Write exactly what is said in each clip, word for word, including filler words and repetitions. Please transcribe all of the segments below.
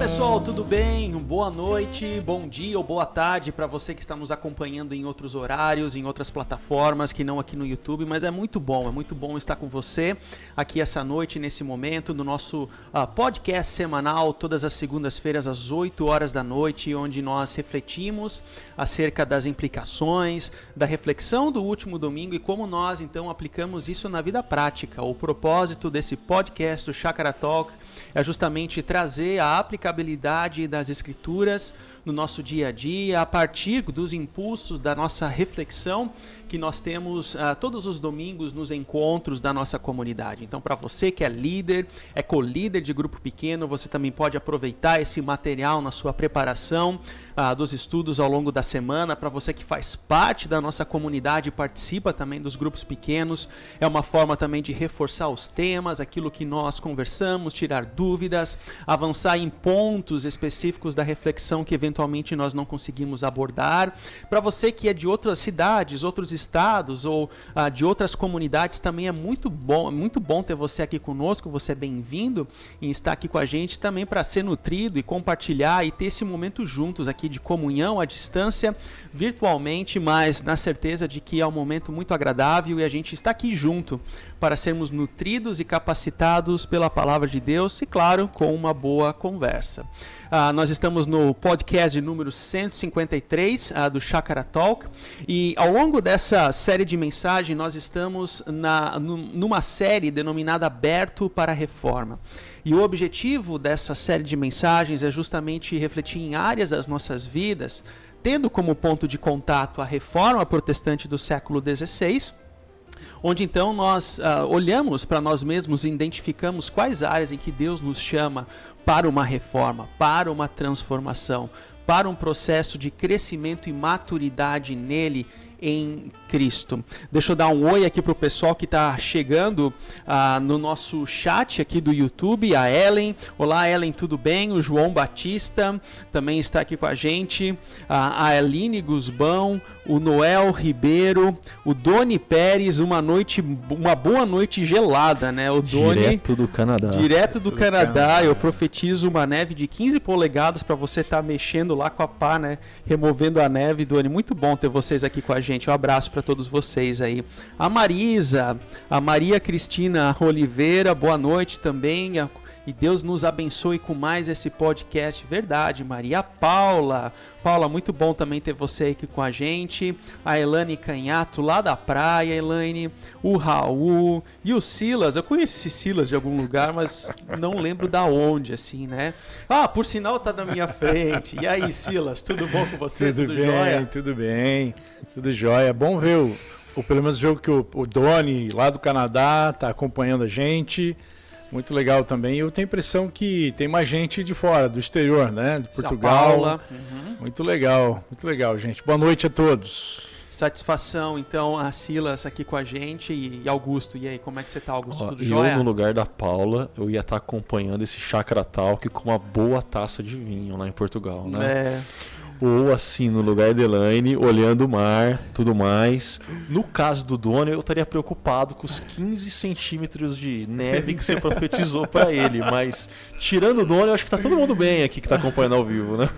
pessoal, tudo bem? Boa noite, bom dia ou boa tarde para você que está nos acompanhando em outros horários, em outras plataformas, que não aqui no YouTube, mas é muito bom, é muito bom estar com você aqui essa noite, nesse momento, no nosso uh, podcast semanal, todas as segundas-feiras às oito horas da noite, onde nós refletimos acerca das implicações, da reflexão do último domingo e como nós então aplicamos isso na vida prática. O propósito desse podcast, do Chácara Talk, é justamente trazer a aplicabilidade das escrituras no nosso dia a dia, a partir dos impulsos da nossa reflexão que nós temos uh, todos os domingos nos encontros da nossa comunidade. Então, para você que é líder, é co-líder de grupo pequeno, você também pode aproveitar esse material na sua preparação uh, dos estudos ao longo da semana. Para você que faz parte da nossa comunidade e participa também dos grupos pequenos, é uma forma também de reforçar os temas, aquilo que nós conversamos, tirar dúvidas, avançar em pontos específicos da reflexão que eventualmente nós não conseguimos abordar. Para você que é de outras cidades, outros estados ou ah, de outras comunidades, também é muito bom, é muito bom ter você aqui conosco, você é bem-vindo em estar aqui com a gente também para ser nutrido e compartilhar e ter esse momento juntos aqui de comunhão à distância, virtualmente, mas na certeza de que é um momento muito agradável e a gente está aqui junto para sermos nutridos e capacitados pela palavra de Deus e, claro, com uma boa conversa. Uh, nós estamos no podcast de número cento e cinquenta e três uh, do Chácara Talk e ao longo dessa série de mensagens nós estamos na, numa série denominada Aberto para a Reforma. E o objetivo dessa série de mensagens é justamente refletir em áreas das nossas vidas, tendo como ponto de contato a reforma protestante do século dezesseis, onde então nós uh, olhamos para nós mesmos e identificamos quais áreas em que Deus nos chama para uma reforma, para uma transformação, para um processo de crescimento e maturidade nele, em Cristo. Deixa eu dar um oi aqui para o pessoal que está chegando uh, no nosso chat aqui do YouTube, a Ellen. Olá, Ellen, tudo bem? O João Batista também está aqui com a gente, uh, a Eline Guzbão, o Noel Ribeiro, o Doni Pérez, uma noite, uma boa noite gelada, né? O Doni, direto do Canadá. Direto do, do Canadá. Canadá. Eu profetizo uma neve de quinze polegadas para você estar tá mexendo lá com a pá, né? Removendo a neve, Doni. Muito bom ter vocês aqui com a gente. Um abraço para todos vocês aí. A Marisa, a Maria Cristina Oliveira, boa noite também. E Deus nos abençoe com mais esse podcast. Verdade, Maria. A Paula. Paula, muito bom também ter você aqui com a gente. A Elane Canhato, lá da praia, Elaine. O Raul. E o Silas. Eu conheço esse Silas de algum lugar, mas não lembro da onde, assim, né? Ah, por sinal tá na minha frente. E aí, Silas, tudo bom com você? Tudo, tudo bem, jóia? Tudo bem. Tudo jóia. Bom ver o, o pelo menos ver que o, o Doni, lá do Canadá, tá acompanhando a gente. Muito legal também. Eu tenho a impressão que tem mais gente de fora, do exterior, né? De Portugal. São Paulo. Uhum. Muito legal, muito legal, gente. Boa noite a todos. Satisfação, então, a Silas aqui com a gente e, e Augusto. E aí, como é que você tá, Augusto? Ó, Tudo eu, jóia? no lugar da Paula, eu ia estar acompanhando esse Chácara Talk com uma boa taça de vinho lá em Portugal, né? É... Ou assim, no lugar da Elaine, olhando o mar, tudo mais. No caso do Doni, eu estaria preocupado com os quinze centímetros de neve que você profetizou para ele. Mas, tirando o Doni, eu acho que tá todo mundo bem aqui que tá acompanhando ao vivo, né?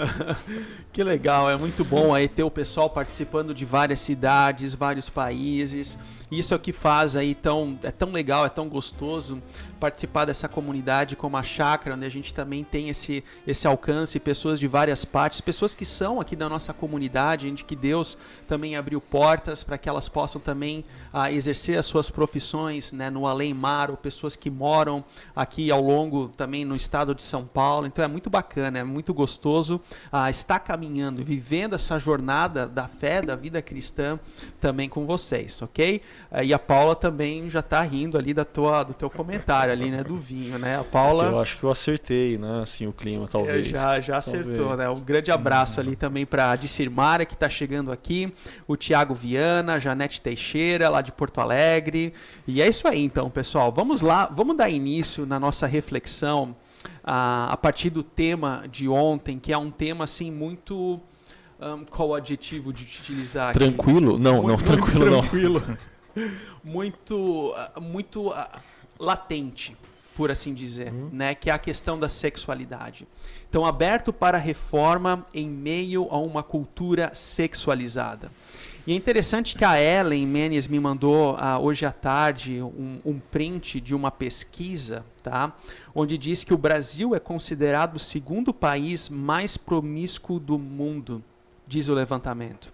Que legal, é muito bom aí ter o pessoal participando de várias cidades, vários países. Isso é o que faz aí tão, é tão legal, é tão gostoso participar dessa comunidade como a Chácara, onde a gente também tem esse, esse alcance, pessoas de várias partes, pessoas que são aqui da nossa comunidade, onde que Deus também abriu portas para que elas possam também ah, exercer as suas profissões, né, no além-mar, ou pessoas que moram aqui ao longo também no estado de São Paulo. Então é muito bacana, é muito gostoso ah, estar caminhando, vivendo essa jornada da fé, da vida cristã também com vocês, ok? E a Paula também já está rindo ali da tua, do teu comentário ali, né, do vinho, né? A Paula... Eu acho que eu acertei, né, assim, o clima, talvez. Já, já acertou, talvez. Né? Um grande abraço ali também para a Dicirmara, que está chegando aqui, o Tiago Viana, a Janete Teixeira, lá de Porto Alegre. E é isso aí, então, pessoal. Vamos lá, vamos dar início na nossa reflexão a, a partir do tema de ontem, que é um tema, assim, muito... Um, qual o adjetivo de utilizar aqui? Tranquilo? Não, muito, não, tranquilo, muito tranquilo não. Muito, muito uh, latente. por assim dizer, uhum. né, que é a questão da sexualidade. Então, aberto para reforma em meio a uma cultura sexualizada. E é interessante que a Ellen Menes me mandou uh, hoje à tarde um, um print de uma pesquisa, tá? Onde diz que o Brasil é considerado o segundo país mais promíscuo do mundo, diz o levantamento.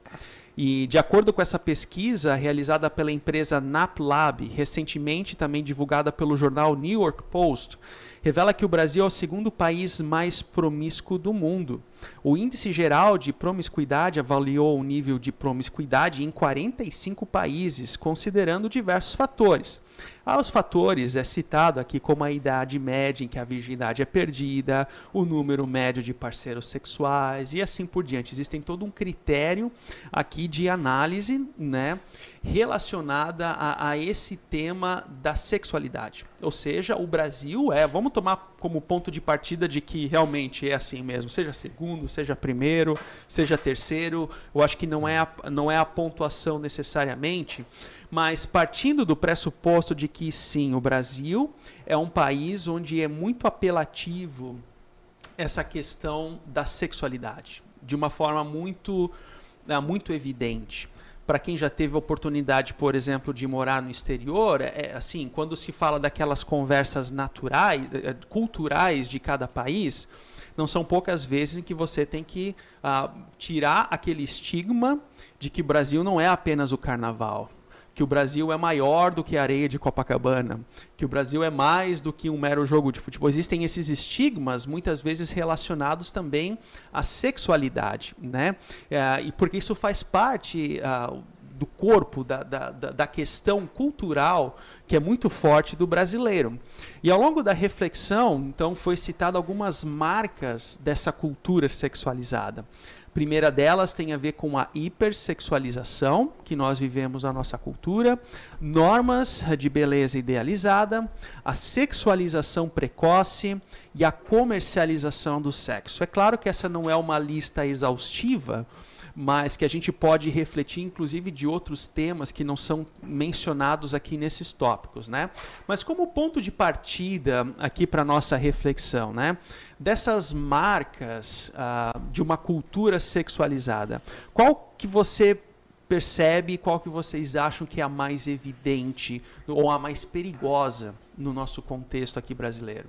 E de acordo com essa pesquisa realizada pela empresa NapLab, recentemente também divulgada pelo jornal New York Post, revela que o Brasil é o segundo país mais promíscuo do mundo. O índice geral de promiscuidade avaliou o nível de promiscuidade em quarenta e cinco países, considerando diversos fatores. Há os fatores é citado aqui como a idade média em que a virgindade é perdida, o número médio de parceiros sexuais e assim por diante. Existem todo um critério aqui de análise, né, relacionada a, a esse tema da sexualidade. Ou seja, o Brasil é, vamos tomar como ponto de partida de que realmente é assim mesmo, seja segundo, seja primeiro, seja terceiro, eu acho que não é a, não é a pontuação necessariamente, mas partindo do pressuposto de que sim, o Brasil é um país onde é muito apelativo essa questão da sexualidade, de uma forma muito, é, muito evidente. Para quem já teve a oportunidade, por exemplo, de morar no exterior, é assim, quando se fala daquelas conversas naturais, culturais de cada país, não são poucas vezes em que você tem que uh, tirar aquele estigma de que o Brasil não é apenas o carnaval, que o Brasil é maior do que a areia de Copacabana, que o Brasil é mais do que um mero jogo de futebol. Existem esses estigmas, muitas vezes relacionados também à sexualidade, né? É, e porque isso faz parte uh, do corpo, da, da, da questão cultural, que é muito forte do brasileiro. E ao longo da reflexão, então, foi citado algumas marcas dessa cultura sexualizada. A primeira delas tem a ver com a hipersexualização que nós vivemos na nossa cultura, normas de beleza idealizada, a sexualização precoce e a comercialização do sexo. É claro que essa não é uma lista exaustiva, mas que a gente pode refletir, inclusive, de outros temas que não são mencionados aqui nesses tópicos, né? Mas como ponto de partida aqui para a nossa reflexão, né? Dessas marcas uh, de uma cultura sexualizada, qual que você percebe, qual que vocês acham que é a mais evidente ou a mais perigosa no nosso contexto aqui brasileiro?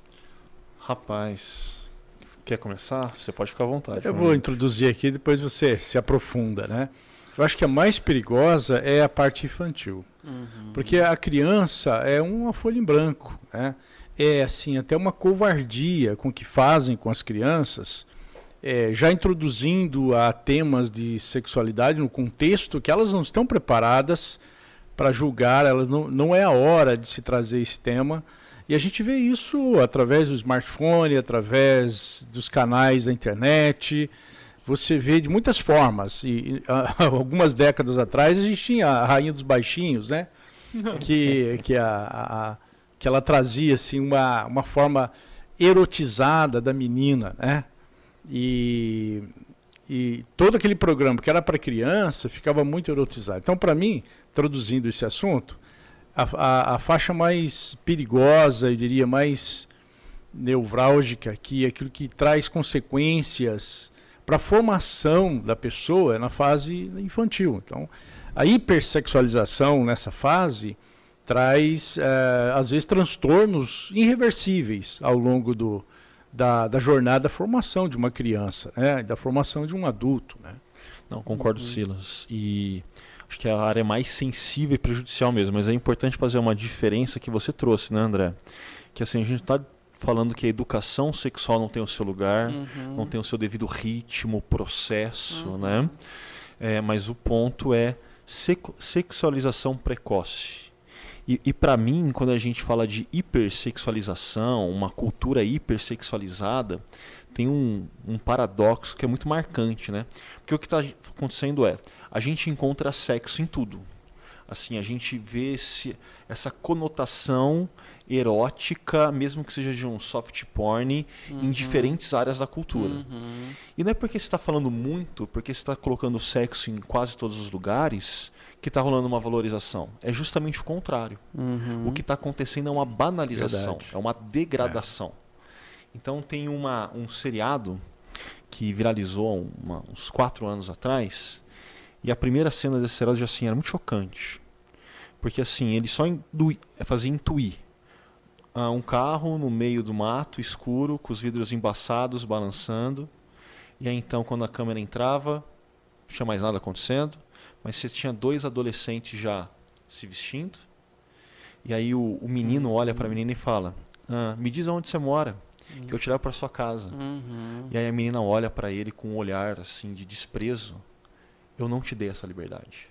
Rapaz... Quer começar? Você pode ficar à vontade. Eu vou mim. introduzir aqui, depois você se aprofunda, né? Eu acho que a mais perigosa é a parte infantil. Uhum. Porque a criança é uma folha em branco, né? É assim, até uma covardia com o que fazem com as crianças, é, já introduzindo a temas de sexualidade no contexto que elas não estão preparadas para julgar, elas não, não é a hora de se trazer esse tema. E a gente vê isso através do smartphone, através dos canais da internet. Você vê de muitas formas. E, e a, algumas décadas atrás a gente tinha a Rainha dos Baixinhos, né? Que, que, a, a, que ela trazia assim, uma, uma forma erotizada da menina, né? E, e todo aquele programa que era para criança ficava muito erotizado. Então, para mim, traduzindo esse assunto, A, a, a faixa mais perigosa, eu diria, mais nevrálgica, que é aquilo que traz consequências para a formação da pessoa é na fase infantil. Então, a hipersexualização nessa fase traz, é, às vezes, transtornos irreversíveis ao longo do, da, da jornada da formação de uma criança, né, da formação de um adulto. Né? Não, concordo, uhum. Silas. E... acho que é a área mais sensível e prejudicial mesmo, mas é importante fazer uma diferença que você trouxe, né, André? Que assim, a gente está falando que a educação sexual não tem o seu lugar, uhum. não tem o seu devido ritmo, processo, uhum. né? É, mas o ponto é sexualização precoce. E, e para mim, quando a gente fala de hipersexualização, uma cultura hipersexualizada, tem um, um paradoxo que é muito marcante, né? Porque o que está acontecendo é, a gente encontra sexo em tudo. Assim, a gente vê esse, essa conotação erótica, mesmo que seja de um soft porn, uhum. em diferentes áreas da cultura. Uhum. E não é porque você está falando muito, porque você está colocando sexo em quase todos os lugares, que está rolando uma valorização. É justamente o contrário. Uhum. O que está acontecendo é uma banalização, Verdade. é uma degradação. É. Então tem uma, um seriado que viralizou uma, uns quatro anos atrás, e a primeira cena desse seriado já assim, era muito chocante. Porque assim, ele só indui, fazia intuir ah, um carro no meio do mato, escuro, com os vidros embaçados, balançando. E aí então, quando a câmera entrava, não tinha mais nada acontecendo, mas você tinha dois adolescentes já se vestindo. E aí o, o menino olha para a menina e fala, ah, me diz aonde você mora, que eu te levo para sua casa. Uhum. E aí a menina olha para ele com um olhar assim de desprezo. Eu não te dei essa liberdade.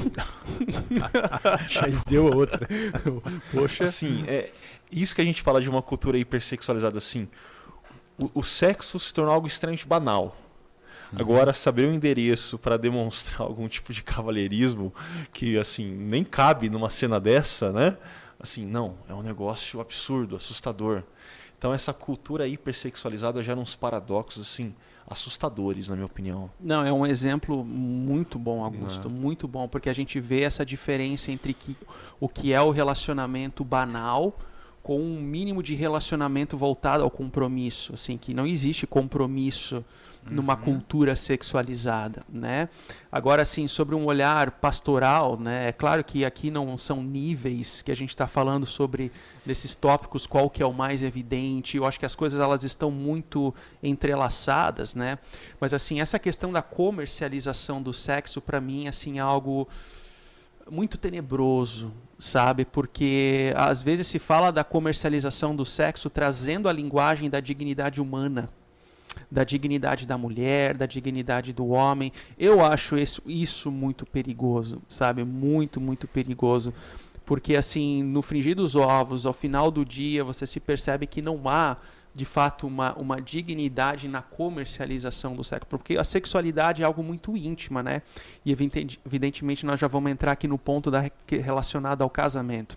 Mas deu outra. Poxa. Assim, é isso que a gente fala de uma cultura hipersexualizada assim. O, o sexo se tornou algo extremamente banal. Uhum. Agora, saber o endereço para demonstrar algum tipo de cavalheirismo que assim nem cabe numa cena dessa, né? Assim, não, é um negócio absurdo, assustador. Então essa cultura hipersexualizada gera uns paradoxos assim assustadores, na minha opinião. Não, é um exemplo muito bom, Augusto, Não. muito bom, porque a gente vê essa diferença entre que, o que é o relacionamento banal com um mínimo de relacionamento voltado ao compromisso, assim, que não existe compromisso numa Uhum. cultura sexualizada, né? Agora, assim, sobre um olhar pastoral, né? É claro que aqui não são níveis que a gente está falando sobre desses tópicos, qual que é o mais evidente. Eu acho que as coisas elas estão muito entrelaçadas, né? Mas assim, essa questão da comercialização do sexo, para mim, assim, é algo muito tenebroso, sabe? Porque às vezes se fala da comercialização do sexo trazendo a linguagem da dignidade humana, da dignidade da mulher, da dignidade do homem. Eu acho isso, isso muito perigoso, sabe? Muito, muito perigoso. Porque, assim, no frigir dos ovos, ao final do dia, você se percebe que não há, de fato, uma, uma dignidade na comercialização do sexo. Porque a sexualidade é algo muito íntima, né? E, evidentemente, nós já vamos entrar aqui no ponto da, relacionado ao casamento.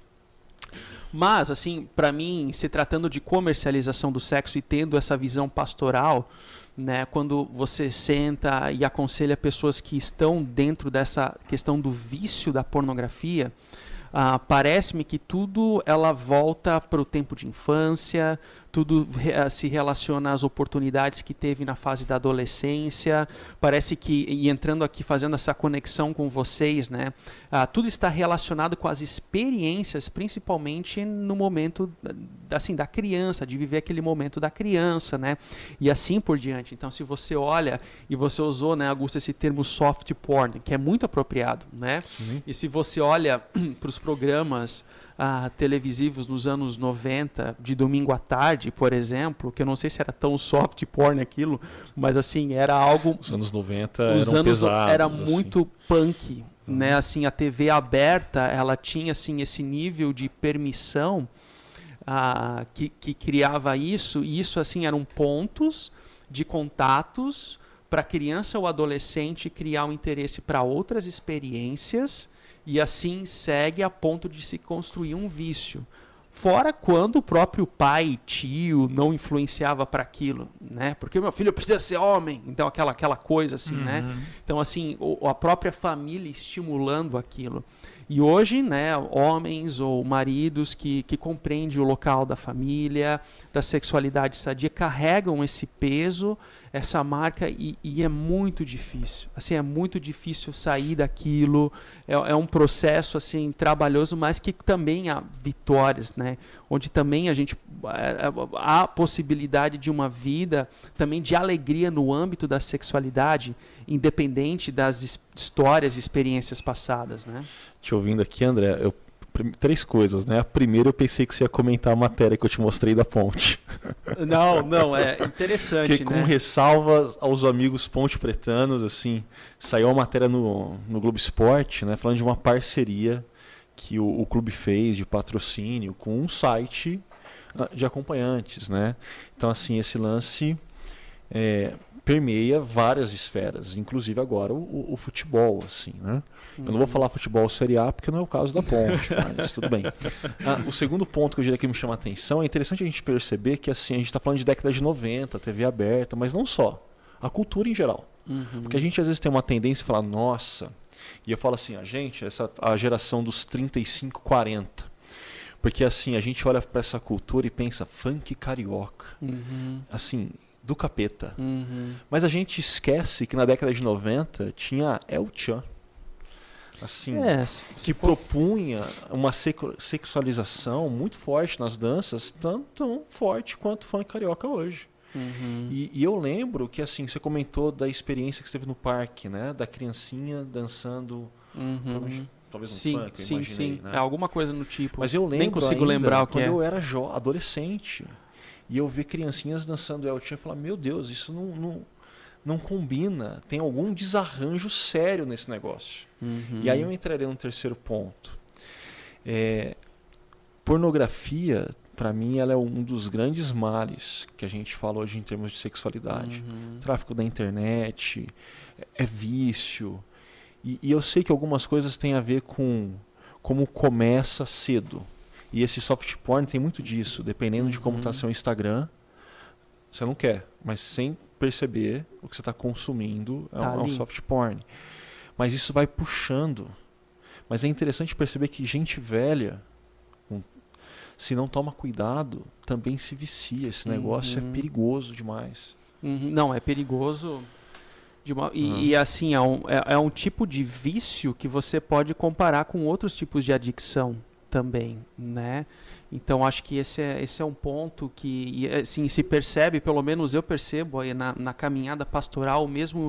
Mas, assim, para mim, se tratando de comercialização do sexo e tendo essa visão pastoral, né, quando você senta e aconselha pessoas que estão dentro dessa questão do vício da pornografia, ah, parece-me que tudo ela volta para o tempo de infância, tudo re- se relaciona às oportunidades que teve na fase da adolescência. Parece que, e entrando aqui, fazendo essa conexão com vocês, né, ah, tudo está relacionado com as experiências, principalmente no momento assim, da criança, de viver aquele momento da criança, né, e assim por diante. Então, se você olha, e você usou, né, Augusto, esse termo soft porn, que é muito apropriado, né? Sim. E se você olha para os programas ah, televisivos nos anos noventa, de domingo à tarde, por exemplo, que eu não sei se era tão soft porn aquilo, mas assim, era algo... Os anos noventa Os eram anos no- pesados. era assim. muito punk, né? Assim, a T V aberta, ela tinha assim esse nível de permissão ah, que, que criava isso, e isso assim eram pontos de contatos para a criança ou adolescente criar um interesse para outras experiências, e assim segue a ponto de se construir um vício. Fora quando o próprio pai, tio, não influenciava para aquilo, né? Porque o meu filho precisa ser homem, então aquela, aquela coisa assim, Uhum. né? Então assim, o, a própria família estimulando aquilo. E hoje, né, homens ou maridos que, que compreendem o local da família, da sexualidade sadia, carregam esse peso, essa marca, e, e é muito difícil. Assim, é muito difícil sair daquilo. É, é um processo assim trabalhoso, mas que também há vitórias, né? Onde também a gente há a possibilidade de uma vida também de alegria no âmbito da sexualidade, independente das es- histórias e experiências passadas, né? Te ouvindo aqui, André, eu, prim- três coisas, né? A primeira, eu pensei que você ia comentar a matéria que eu te mostrei da ponte. Não, não, é interessante, Porque com né? ressalva aos amigos ponte pretanos, assim, saiu uma matéria no, no Globo Esporte, né? Falando de uma parceria que o, o clube fez de patrocínio com um site ah, de acompanhantes, né? Então, assim, esse lance é, permeia várias esferas, inclusive agora o, o, o futebol, assim, né? Eu não vou falar futebol Série A porque não é o caso da ponte, mas tudo bem. Ah, o segundo ponto que eu diria que me chama a atenção, é interessante a gente perceber que assim, a gente está falando de década de noventa, T V aberta, mas não só. A cultura em geral. Uhum. Porque a gente às vezes tem uma tendência a falar, nossa, E eu falo assim, a gente, essa, a geração dos trinta e cinco, quarenta. Porque assim, a gente olha para essa cultura e pensa, funk carioca. Uhum. Assim, do capeta. Uhum. Mas a gente esquece que na década de noventa tinha El Chan. Assim, É, que for... propunha uma sexualização muito forte nas danças, tão, tão forte quanto o funk carioca hoje. Uhum. E, e eu lembro que assim, você comentou da experiência que você teve no parque, né? Da criancinha dançando, Uhum. talvez um sim, funk, eu sim, imaginei, sim. né? É alguma coisa no tipo. Mas eu lembro Nem consigo ainda, lembrar o que quando é. eu era jo- adolescente, e eu vi criancinhas dançando El Chan e falar, meu Deus, isso não, não, não combina, tem algum desarranjo sério nesse negócio. Uhum. E aí eu entraria no terceiro ponto. É, pornografia, para mim, ela é um dos grandes males que a gente fala hoje em termos de sexualidade. Uhum. Tráfico da internet, é vício. E, e eu sei que algumas coisas têm a ver com como começa cedo. E esse soft porn tem muito disso. Dependendo uhum. de como está seu Instagram, você não quer, mas sem perceber o que você está consumindo é, Tá um, é um soft porn. Mas isso vai puxando. Mas é interessante perceber que gente velha, se não toma cuidado, também se vicia. Esse negócio uhum. é perigoso demais. Uhum. Não, é perigoso. De uma, e, uhum. e assim, é um, é, é um tipo de vício que você pode comparar com outros tipos de adicção também, né? Então, acho que esse é, esse é um ponto que assim, se percebe, pelo menos eu percebo aí na, na caminhada pastoral, mesmo...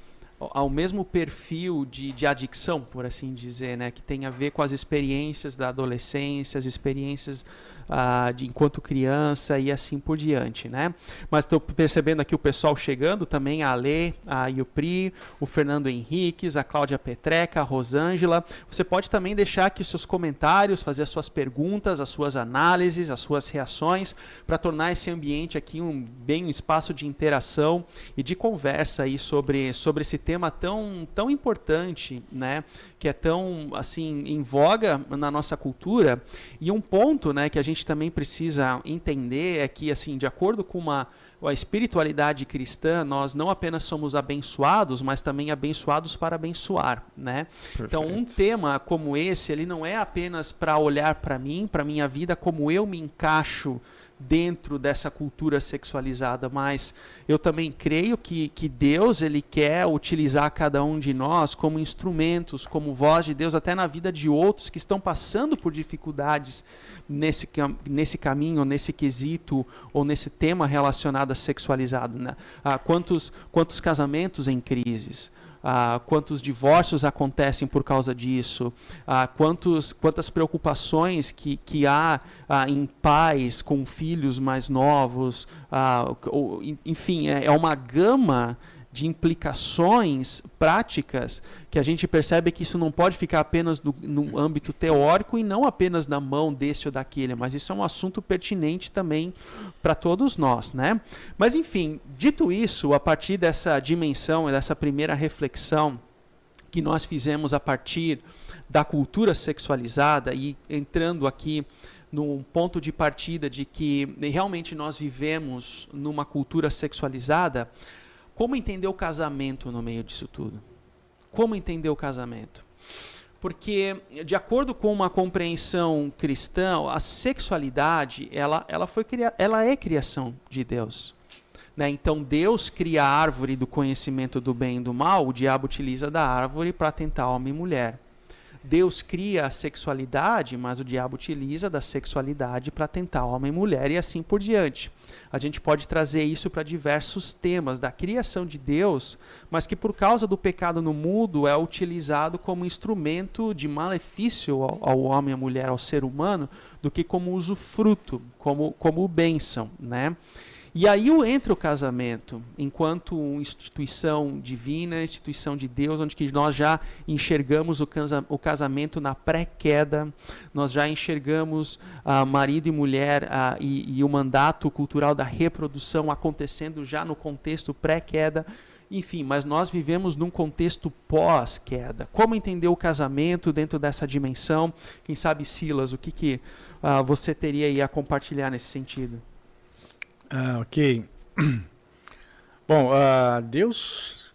ao mesmo perfil de, de adicção, por assim dizer, né? Que tem a ver com as experiências da adolescência, as experiências ah, de enquanto criança e assim por diante, né? Mas estou percebendo aqui o pessoal chegando também, a Alê, a Yupri, o Fernando Henriques, a Cláudia Petreca, a Rosângela. Você pode também deixar aqui os seus comentários, fazer as suas perguntas, as suas análises, as suas reações, para tornar esse ambiente aqui um, bem um espaço de interação e de conversa aí sobre, sobre esse tema tão, tão importante, né, que é tão assim em voga na nossa cultura. E um ponto, né, que a gente também precisa entender é que, assim, de acordo com uma a espiritualidade cristã, nós não apenas somos abençoados, mas também abençoados para abençoar, né? Perfeito. Então, um tema como esse, ele não é apenas para olhar para mim, para minha vida, como eu me encaixo dentro dessa cultura sexualizada, mas eu também creio que, que Deus ele quer utilizar cada um de nós como instrumentos, como voz de Deus, até na vida de outros que estão passando por dificuldades nesse, nesse caminho, nesse quesito, ou nesse tema relacionado a sexualizado, né? Ah, quantos, quantos casamentos em crises? Ah, quantos divórcios acontecem por causa disso, ah, quantos, quantas preocupações que, que há ah, em pais com filhos mais novos, ah, ou, enfim, é, é uma gama de implicações práticas que a gente percebe que isso não pode ficar apenas no, no âmbito teórico e não apenas na mão desse ou daquele, mas isso é um assunto pertinente também para todos nós, né? Mas enfim, dito isso, a partir dessa dimensão e dessa primeira reflexão que nós fizemos a partir da cultura sexualizada e entrando aqui num ponto de partida de que realmente nós vivemos numa cultura sexualizada, como entender o casamento no meio disso tudo? Como entender o casamento? Porque, de acordo com uma compreensão cristã, a sexualidade ela, ela, foi cria- ela é criação de Deus. Né? Então, Deus cria a árvore do conhecimento do bem e do mal, o diabo utiliza da árvore para tentar homem e mulher. Deus cria a sexualidade, mas o diabo utiliza da sexualidade para tentar homem e mulher e assim por diante. A gente pode trazer isso para diversos temas da criação de Deus, mas que por causa do pecado no mundo é utilizado como instrumento de malefício ao, ao homem e à mulher, ao ser humano, do que como usufruto, como, como bênção, né? E aí entra o casamento, enquanto instituição divina, instituição de Deus, onde que nós já enxergamos o, casa, o casamento na pré-queda, nós já enxergamos ah, marido e mulher ah, e, e o mandato cultural da reprodução acontecendo já no contexto pré-queda. Enfim, mas nós vivemos num contexto pós-queda. Como entender o casamento dentro dessa dimensão? Quem sabe, Silas, o que, que ah, você teria aí a compartilhar nesse sentido? Ah, ok. Bom, uh, Deus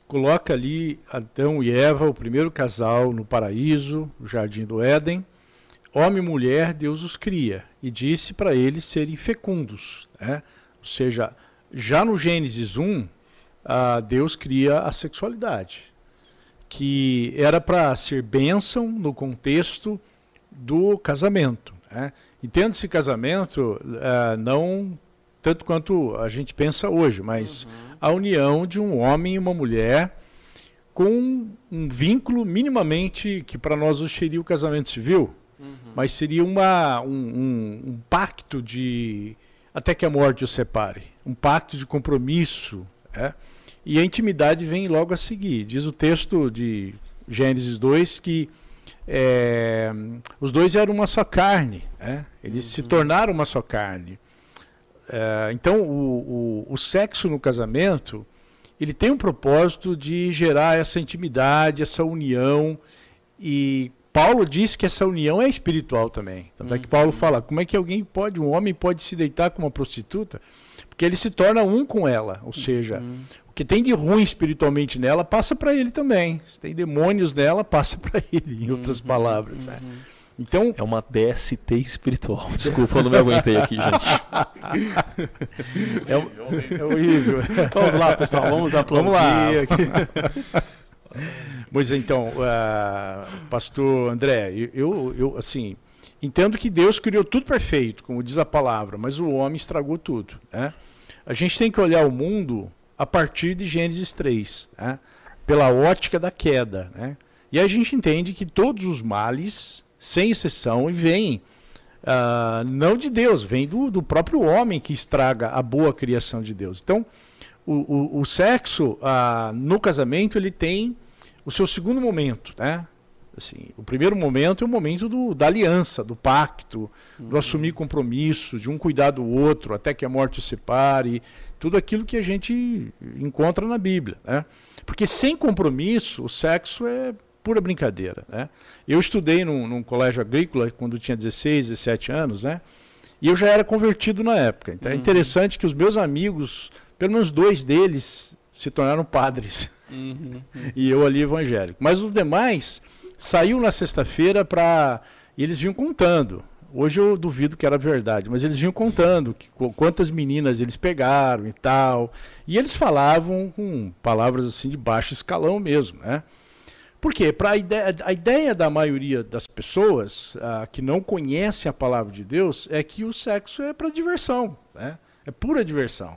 coloca ali Adão e Eva, o primeiro casal no paraíso, no jardim do Éden. Homem e mulher, Deus os cria e disse para eles serem fecundos, né? Ou seja, já no Gênesis um, ah, Deus cria a sexualidade, que era para ser bênção no contexto do casamento, né? Entenda-se casamento ah, não tanto quanto a gente pensa hoje, mas uhum. a união de um homem e uma mulher com um vínculo minimamente que para nós hoje seria o casamento civil, uhum. mas seria uma, um, um, um pacto de até que a morte os separe, um pacto de compromisso, né? E a intimidade vem logo a seguir. Diz o texto de Gênesis dois que é, os dois eram uma só carne, né? Eles uhum. se tornaram uma só carne. É, então o, o, o sexo no casamento ele tem um propósito de gerar essa intimidade, essa união, e Paulo diz que essa união é espiritual também. Tanto uhum. é que Paulo fala, como é que alguém pode, um homem pode se deitar com uma prostituta? Porque ele se torna um com ela, ou seja, uhum. o que tem de ruim espiritualmente nela passa para ele também. Se tem demônios nela, passa para ele, em outras uhum. palavras. Né? Uhum. Então, é uma D S T espiritual. Desculpa, eu não me aguentei aqui, gente. É, é horrível. Vamos lá, pessoal, vamos aplaudir. Vamos lá. Mas então, uh, pastor André, eu, eu assim, entendo que Deus criou tudo perfeito, como diz a palavra, mas o homem estragou tudo, né? A gente tem que olhar o mundo a partir de Gênesis três, né? Pela ótica da queda, né? E a gente entende que todos os males, sem exceção, vêm uh, não de Deus, vem do, do próprio homem que estraga a boa criação de Deus. Então, o, o, o sexo uh, no casamento ele tem o seu segundo momento, né? Assim, o primeiro momento é o momento do, da aliança, do pacto, uhum. do assumir compromisso, de um cuidar do outro, até que a morte o separe, tudo aquilo que a gente encontra na Bíblia, né? Porque sem compromisso, o sexo é pura brincadeira, né? Eu estudei num, num colégio agrícola quando eu tinha dezesseis, dezessete anos, né? E eu já era convertido na época. Então uhum. é interessante que os meus amigos, pelo menos dois deles, se tornaram padres. Uhum. E eu ali evangélico. Mas os demais saiu na sexta-feira para... E eles vinham contando. Hoje eu duvido que era verdade, mas eles vinham contando que, quantas meninas eles pegaram e tal. E eles falavam com palavras assim de baixo escalão mesmo, né? Por quê? Pra a, ideia, a ideia da maioria das pessoas ah, que não conhecem a palavra de Deus é que o sexo é para diversão, né? É pura diversão.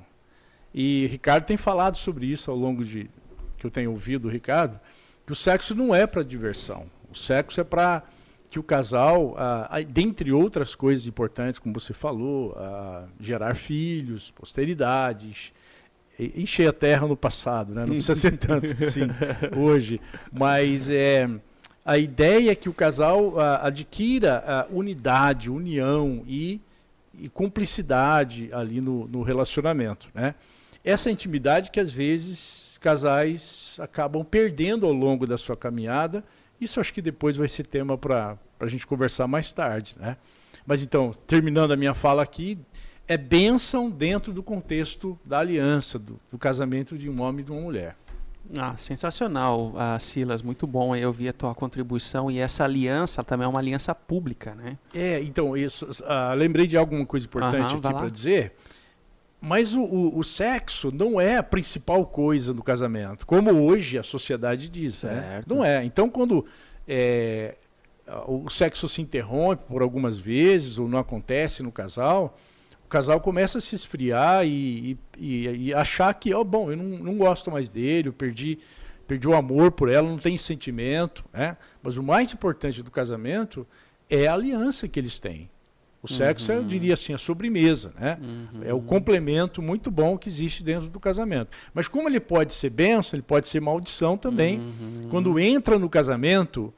E Ricardo tem falado sobre isso ao longo de que eu tenho ouvido o Ricardo, que o sexo não é para diversão. O sexo é para que o casal, ah, dentre outras coisas importantes, como você falou, ah, gerar filhos, posteridades, encher a terra no passado, né? Não precisa ser tanto assim hoje, mas é, a ideia é que o casal ah, adquira ah, unidade, união e, e cumplicidade ali no, no relacionamento, né? Essa intimidade que às vezes casais acabam perdendo ao longo da sua caminhada. Isso acho que depois vai ser tema para a gente conversar mais tarde, né? Mas então, terminando a minha fala aqui, é bênção dentro do contexto da aliança, do, do casamento de um homem e de uma mulher. Ah, sensacional, ah, Silas, muito bom eu vi a tua contribuição, e essa aliança também é uma aliança pública, né? É, então, isso, ah, lembrei de alguma coisa importante uhum, aqui para dizer, mas o, o, o sexo não é a principal coisa do casamento, como hoje a sociedade diz, né? Não é. Então, quando é, o sexo se interrompe por algumas vezes, ou não acontece no casal, o casal começa a se esfriar e, e, e achar que, oh, bom, eu não, não gosto mais dele, eu perdi, perdi o amor por ela, não tem sentimento, né? Mas o mais importante do casamento é a aliança que eles têm. O sexo, uhum. eu diria assim, a sobremesa, né? Uhum. É o complemento muito bom que existe dentro do casamento. Mas como ele pode ser bênção, ele pode ser maldição também. Uhum. Quando entra no casamento,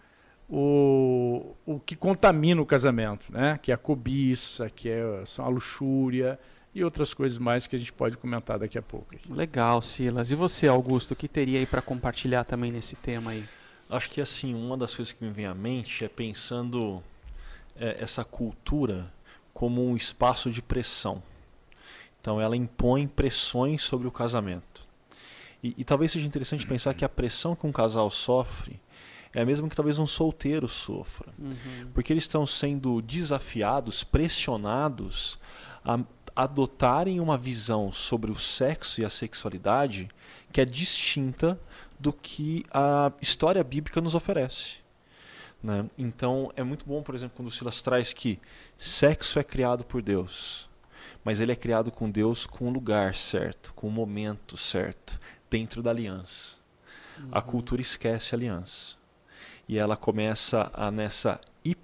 o, o que contamina o casamento, né? Que é a cobiça, que é a luxúria e outras coisas mais que a gente pode comentar daqui a pouco. Legal, Silas. E você, Augusto, o que teria aí para compartilhar também nesse tema aí? Acho que assim, uma das coisas que me vem à mente é pensando é, essa cultura como um espaço de pressão. Então ela impõe pressões sobre o casamento. E, e talvez seja interessante pensar que a pressão que um casal sofre é a mesma que talvez um solteiro sofra. Uhum. Porque eles estão sendo desafiados, pressionados a adotarem uma visão sobre o sexo e a sexualidade que é distinta do que a história bíblica nos oferece. Né? Então é muito bom, por exemplo, quando o Silas traz que sexo é criado por Deus, mas ele é criado com Deus com o lugar certo, com o momento certo, dentro da aliança. Uhum. A cultura esquece a aliança. E ela começa a, nessa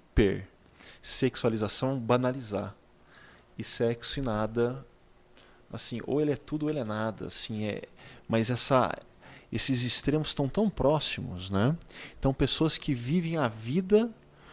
hipersexualização, banalizar. E sexo e nada, assim, ou ele é tudo ou ele é nada, assim, é, mas essa, esses extremos estão tão próximos, né? Então, pessoas que vivem a vida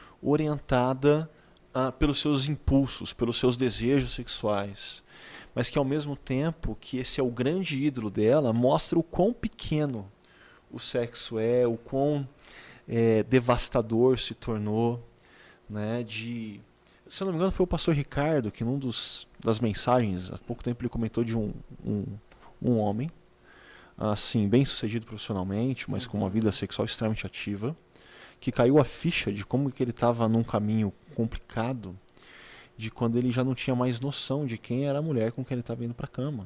orientada ah, pelos seus impulsos, pelos seus desejos sexuais, mas que ao mesmo tempo que esse é o grande ídolo dela, mostra o quão pequeno o sexo é, o quão é, devastador se tornou, né? De Se eu não me engano, foi o pastor Ricardo que, num dos das mensagens, há pouco tempo ele comentou de um, um, um homem, assim, bem sucedido profissionalmente, mas com uma vida sexual extremamente ativa, que caiu a ficha de como que ele estava num caminho complicado, de quando ele já não tinha mais noção de quem era a mulher com quem ele estava indo para a cama.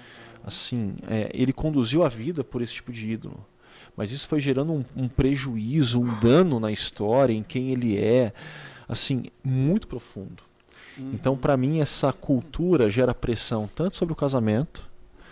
Assim, é, ele conduziu a vida por esse tipo de ídolo, mas isso foi gerando um, um prejuízo, um dano na história, em quem ele é, assim, muito profundo. Uhum. Então, para mim, essa cultura gera pressão tanto sobre o casamento,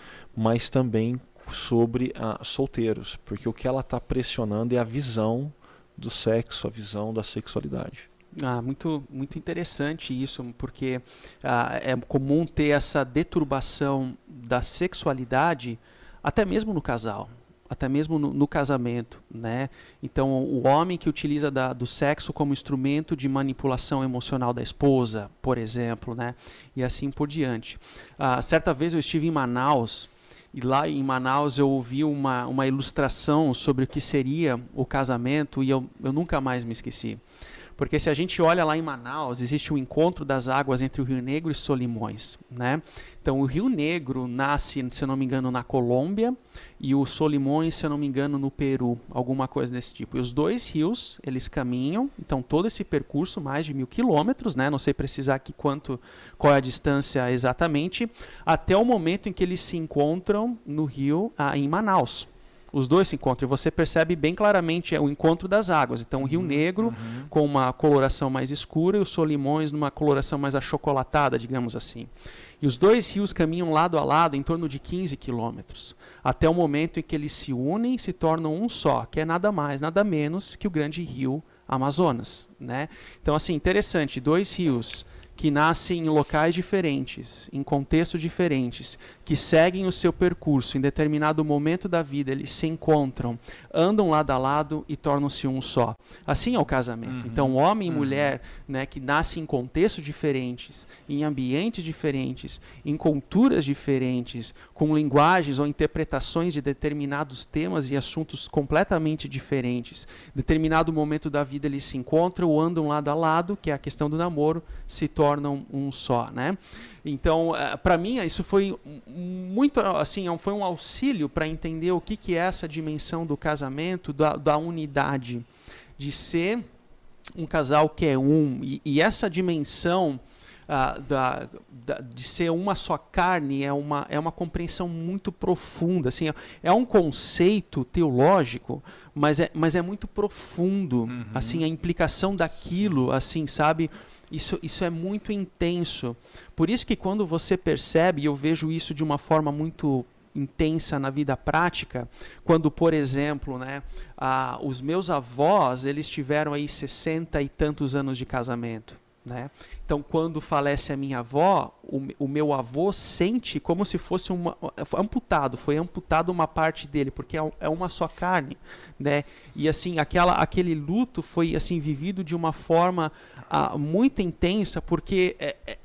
mas também sobre ah, solteiros, porque o que ela está pressionando é a visão do sexo, a visão da sexualidade. Ah, muito, muito interessante isso, porque ah, é comum ter essa deturbação da sexualidade até mesmo no casal. Até mesmo no, no casamento, né? Então, o homem que utiliza da, do sexo como instrumento de manipulação emocional da esposa, por exemplo, né? E assim por diante. Ah, certa vez eu estive em Manaus, e lá em Manaus eu ouvi uma, uma ilustração sobre o que seria o casamento, e eu, eu nunca mais me esqueci. Porque se a gente olha lá em Manaus, existe um encontro das águas entre o Rio Negro e Solimões, né? Então o Rio Negro nasce, se eu não me engano, na Colômbia, e o Solimões, se eu não me engano, no Peru, alguma coisa desse tipo. E os dois rios, eles caminham, então todo esse percurso, mais de mil quilômetros, né? Não sei precisar aqui quanto, qual é a distância exatamente, até o momento em que eles se encontram no rio, ah, em Manaus. Os dois se encontram e você percebe bem claramente é o encontro das águas. Então, o Rio Negro uhum. com uma coloração mais escura e o Solimões numa coloração mais achocolatada, digamos assim. E os dois rios caminham lado a lado em torno de quinze quilômetros, até o momento em que eles se unem e se tornam um só, que é nada mais, nada menos que o grande rio Amazonas, né? Então, assim, interessante, dois rios que nascem em locais diferentes, em contextos diferentes, que seguem o seu percurso, em determinado momento da vida eles se encontram, andam lado a lado e tornam-se um só. Assim é o casamento. Uhum, então, homem uhum. e mulher, né, que nascem em contextos diferentes, em ambientes diferentes, em culturas diferentes, com linguagens ou interpretações de determinados temas e assuntos completamente diferentes. Em determinado momento da vida eles se encontram, andam lado a lado, que é a questão do namoro, se tornam um só, né? Então, uh, para mim, isso foi muito, assim, foi um auxílio para entender o que, que é essa dimensão do casamento, da, da unidade, de ser um casal que é um, e, e essa dimensão uh, da, da, de ser uma só carne é uma, é uma compreensão muito profunda, assim, é, é um conceito teológico, mas é, mas é muito profundo, uhum. assim, a implicação daquilo, assim, sabe? Isso, isso é muito intenso. Por isso que quando você percebe, e eu vejo isso de uma forma muito intensa na vida prática, quando, por exemplo, né, ah, os meus avós, eles tiveram aí sessenta e tantos anos de casamento. Né? Então, quando falece a minha avó, o, o meu avô sente como se fosse uma, amputado, foi amputado uma parte dele, porque é, é uma só carne, né? E assim, aquela, aquele luto foi assim vivido de uma forma ah, muito intensa, porque é, é,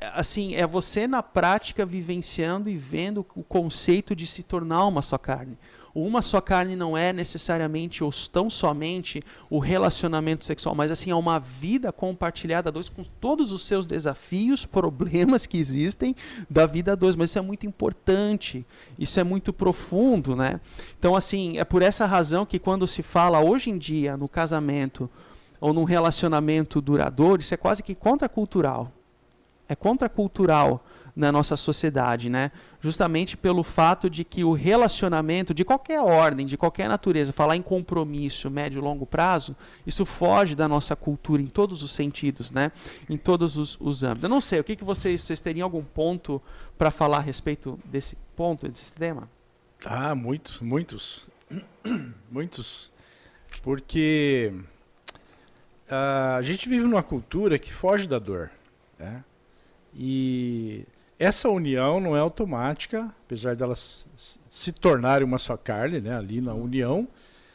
assim, é você na prática vivenciando e vendo o conceito de se tornar uma só carne. Uma só carne não é necessariamente ou tão somente o relacionamento sexual, mas assim, é uma vida compartilhada a dois com todos os seus desafios, problemas que existem da vida a dois. Mas isso é muito importante, isso é muito profundo, né? Então, assim, é por essa razão que quando se fala hoje em dia no casamento ou num relacionamento duradouro, isso é quase que contracultural. É contracultural na nossa sociedade, né? Justamente pelo fato de que o relacionamento de qualquer ordem, de qualquer natureza, falar em compromisso médio e longo prazo, isso foge da nossa cultura em todos os sentidos, né? Em todos os, os âmbitos. Eu não sei, o que, que vocês, vocês teriam algum ponto para falar a respeito desse ponto, desse tema? Ah, muitos, muitos. Muitos. Porque uh, a gente vive numa cultura que foge da dor, né? E essa união não é automática, apesar delas se tornarem uma só carne, né, ali na união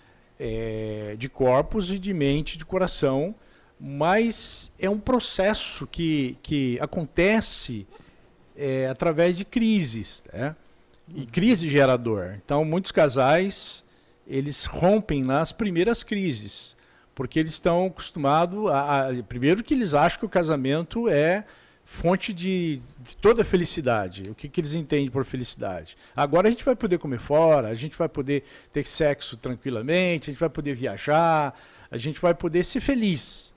é, de corpos e de mente, de coração, mas é um processo que, que acontece é, através de crises, né? E crise gera dor. Então, muitos casais, eles rompem nas primeiras crises, porque eles estão acostumados a, a... Primeiro que eles acham que o casamento é fonte de, de toda felicidade. O que, que eles entendem por felicidade? Agora a gente vai poder comer fora, a gente vai poder ter sexo tranquilamente, a gente vai poder viajar, a gente vai poder ser feliz.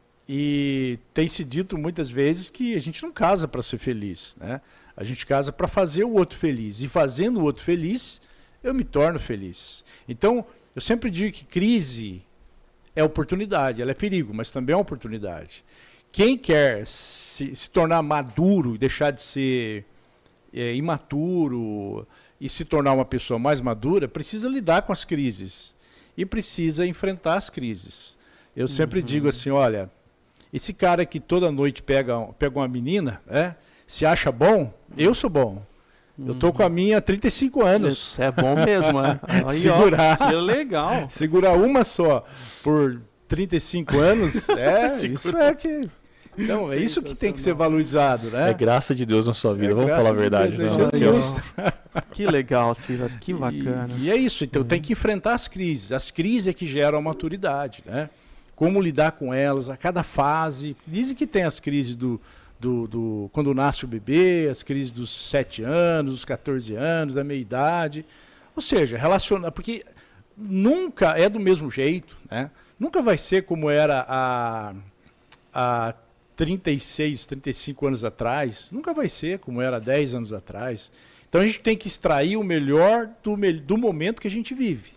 E tem se dito muitas vezes que a gente não casa para ser feliz, né? A gente casa para fazer o outro feliz. E fazendo o outro feliz, eu me torno feliz. Então, eu sempre digo que crise é oportunidade, ela é perigo, mas também é uma oportunidade. Quem quer se, se tornar maduro e deixar de ser é, imaturo e se tornar uma pessoa mais madura, precisa lidar com as crises e precisa enfrentar as crises. Eu sempre uhum. digo assim, olha, esse cara que toda noite pega, pega uma menina, é, se acha bom, eu sou bom. Eu tô com a minha há trinta e cinco anos. É bom mesmo, é. Aí, segurar, ó, que legal. Segurar uma só por trinta e cinco anos, é, isso é que... Então, é isso que tem que ser valorizado, né? É graça de Deus na sua vida, é vamos falar a verdade. De Deus, não, é Jesus. Que legal, Silas, que bacana. E, e é isso, então uhum. tem que enfrentar as crises. As crises é que geram a maturidade, né? Como lidar com elas, a cada fase. Dizem que tem as crises do, do, do quando nasce o bebê, as crises dos sete anos, dos quatorze anos, da meia-idade. Ou seja, relacionar, porque nunca é do mesmo jeito, né? Nunca vai ser como era a... a trinta e seis, trinta e cinco anos atrás, nunca vai ser como era dez anos atrás. Então a gente tem que extrair o melhor do, do momento que a gente vive.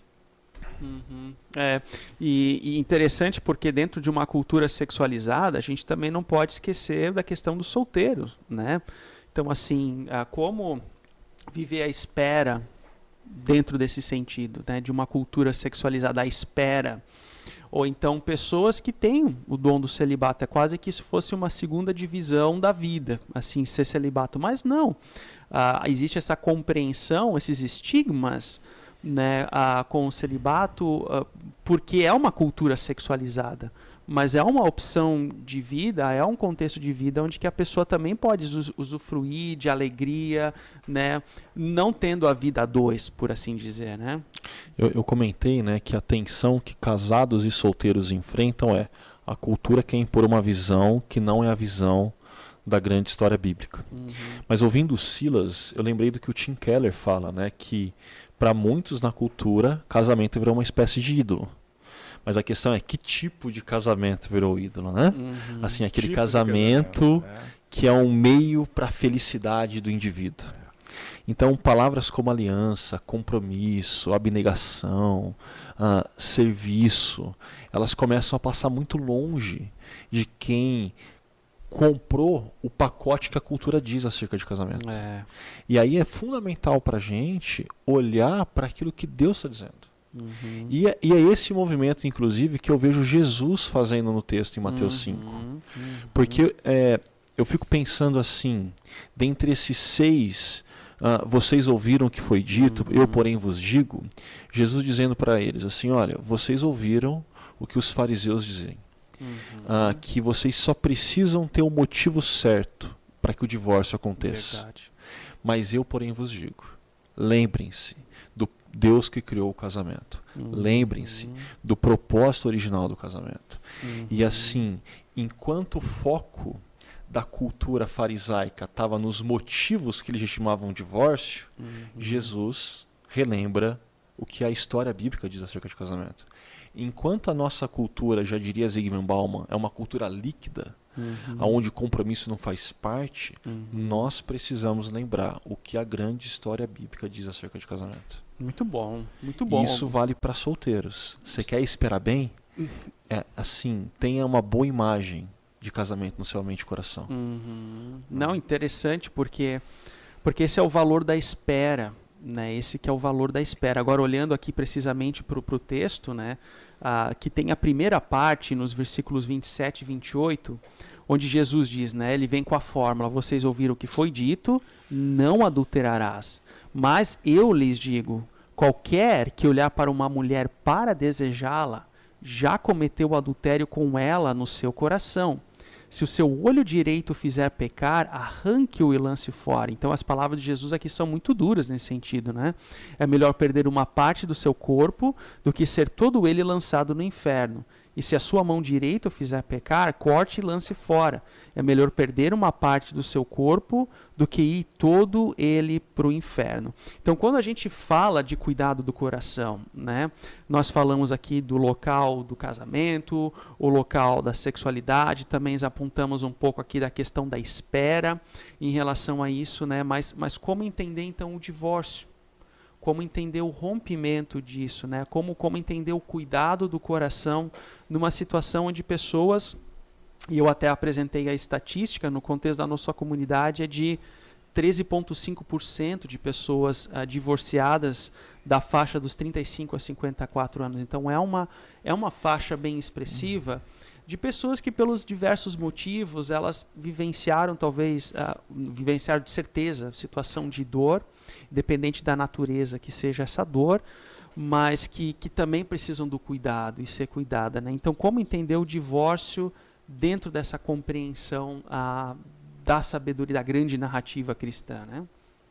Uhum. É, e, e interessante porque dentro de uma cultura sexualizada, a gente também não pode esquecer da questão dos solteiros, né? Então, assim, como viver à espera dentro desse sentido, né? De uma cultura sexualizada à espera. Ou então pessoas que têm o dom do celibato. É quase que isso fosse uma segunda divisão da vida, assim, ser celibato. Mas não. Ah, existe essa compreensão, esses estigmas, né, ah, com o celibato, ah, porque é uma cultura sexualizada. Mas é uma opção de vida, é um contexto de vida onde que a pessoa também pode usufruir de alegria, né, não tendo a vida a dois, por assim dizer, né? Eu, eu comentei, né, que a tensão que casados e solteiros enfrentam é a cultura quer impor uma visão que não é a visão da grande história bíblica. Uhum. Mas ouvindo o Silas, eu lembrei do que o Tim Keller fala, né, que para muitos na cultura, casamento virou uma espécie de ídolo. Mas a questão é que tipo de casamento virou ídolo, né? Uhum. Assim, aquele tipo casamento, casamento é. que é um meio para a felicidade do indivíduo. É. Então, palavras como aliança, compromisso, abnegação, uh, serviço, elas começam a passar muito longe de quem comprou o pacote que a cultura diz acerca de casamento. É. E aí é fundamental para a gente olhar para aquilo que Deus está dizendo. Uhum. E, é, e é esse movimento, inclusive, que eu vejo Jesus fazendo no texto em Mateus uhum. cinco. Uhum. Porque é, eu fico pensando assim, dentre esses seis, uh, vocês ouviram o que foi dito, uhum. eu porém vos digo, Jesus dizendo para eles assim, olha, vocês ouviram o que os fariseus dizem, uhum. uh, que vocês só precisam ter o motivo certo para que o divórcio aconteça. Verdade. Mas eu, porém, vos digo, lembrem-se do Deus que criou o casamento. Uhum. Lembrem-se do propósito original do casamento. Uhum. E assim, enquanto o foco da cultura farisaica estava nos motivos que legitimavam o divórcio, Uhum. Jesus relembra o que a história bíblica diz acerca de casamento. Enquanto a nossa cultura, já diria Zygmunt Bauman, é uma cultura líquida, Uhum. onde o compromisso não faz parte, Uhum. nós precisamos lembrar o que a grande história bíblica diz acerca de casamento. Muito bom, muito bom. Isso vale para solteiros. Você quer esperar bem? É assim, tenha uma boa imagem de casamento no seu mente e coração. Uhum. Não, interessante, porque, porque esse é o valor da espera, né? Esse que é o valor da espera. Agora, olhando aqui precisamente para o texto, né? Ah, que tem a primeira parte, nos versículos vinte e sete e vinte e oito, onde Jesus diz, né? Ele vem com a fórmula, vocês ouviram o que foi dito, não adulterarás. Mas eu lhes digo, qualquer que olhar para uma mulher para desejá-la, já cometeu adultério com ela no seu coração. Se o seu olho direito fizer pecar, arranque-o e lance fora. Então as palavras de Jesus aqui são muito duras nesse sentido, né? É melhor perder uma parte do seu corpo do que ser todo ele lançado no inferno. E se a sua mão direita o fizer pecar, corte e lance fora. É melhor perder uma parte do seu corpo do que ir todo ele para o inferno. Então, quando a gente fala de cuidado do coração, né, nós falamos aqui do local do casamento, o local da sexualidade, também apontamos um pouco aqui da questão da espera em relação a isso, né, mas, mas como entender então o divórcio? Como entender o rompimento disso, né? Como, como entender o cuidado do coração numa situação onde pessoas, e eu até apresentei a estatística no contexto da nossa comunidade, é de treze vírgula cinco por cento de pessoas uh, divorciadas da faixa dos trinta e cinco a cinquenta e quatro anos. Então é uma, é uma faixa bem expressiva de pessoas que pelos diversos motivos elas vivenciaram talvez, uh, vivenciaram de certeza situação de dor, independente da natureza que seja essa dor, mas que, que também precisam do cuidado e ser cuidada, né? Então, como entender o divórcio dentro dessa compreensão ah, da sabedoria, da grande narrativa cristã, né?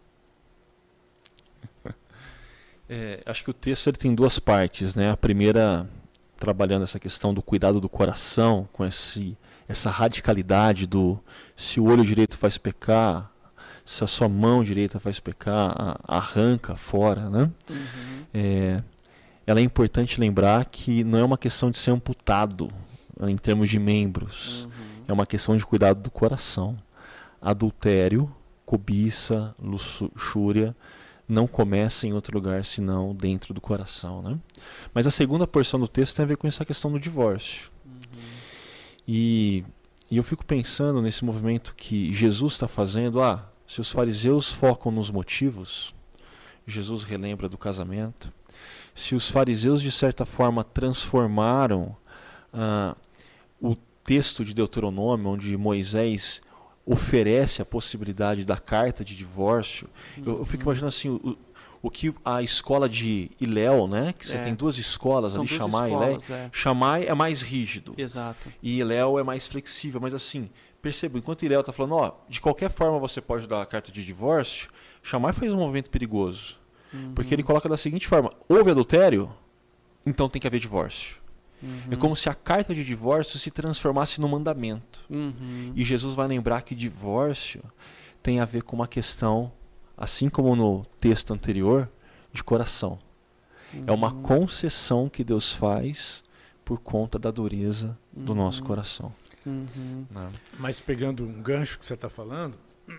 É, acho que o texto ele tem duas partes, né? A primeira, trabalhando essa questão do cuidado do coração, com esse, essa radicalidade do se o olho direito faz pecar, se a sua mão direita faz pecar, arranca fora, né? Uhum. É, ela é importante lembrar que não é uma questão de ser amputado em termos de membros. Uhum. É uma questão de cuidado do coração. Adultério, cobiça, luxúria não começa em outro lugar senão dentro do coração, né? Mas a segunda porção do texto tem a ver com essa questão do divórcio. Uhum. E, e eu fico pensando nesse movimento que Jesus está fazendo. Ah, se os fariseus focam nos motivos, Jesus relembra do casamento. Se os fariseus, de certa forma, transformaram ah, o texto de Deuteronômio, onde Moisés oferece a possibilidade da carta de divórcio, uhum. eu, eu fico imaginando assim, o, o que a escola de Hillel, né, que você é. tem duas escolas São ali, duas Shammai e Hillel. É. Shammai é mais rígido. Exato. E Hillel é mais flexível, mas assim, perceba, enquanto Hillel está falando, ó, de qualquer forma você pode dar a carta de divórcio, Shammai faz um movimento perigoso. Uhum. Porque ele coloca da seguinte forma: houve adultério, então tem que haver divórcio. Uhum. É como se a carta de divórcio se transformasse num mandamento. Uhum. E Jesus vai lembrar que divórcio tem a ver com uma questão, assim como no texto anterior, de coração. Uhum. É uma concessão que Deus faz por conta da dureza uhum. do nosso coração. Uhum. Mas pegando um gancho que você está falando,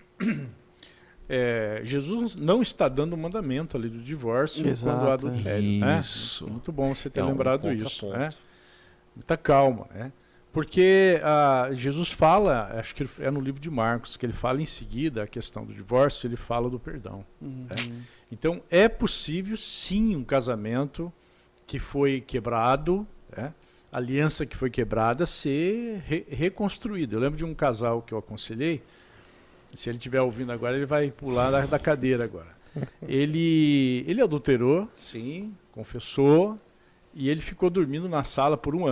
é, Jesus não está dando o mandamento ali do divórcio. Exato, quando há adultério. Isso. Né? Muito bom você ter é lembrado um isso. Né? Muita calma, né? Porque ah, Jesus fala, acho que é no livro de Marcos, que ele fala em seguida a questão do divórcio, ele fala do perdão. Uhum. Né? Então é possível sim um casamento que foi quebrado, né? Aliança que foi quebrada, ser re reconstruída. Eu lembro de um casal que eu aconselhei, se ele estiver ouvindo agora, ele vai pular da, da cadeira agora. Ele, ele adulterou, sim, confessou, e ele ficou dormindo na sala por um ano.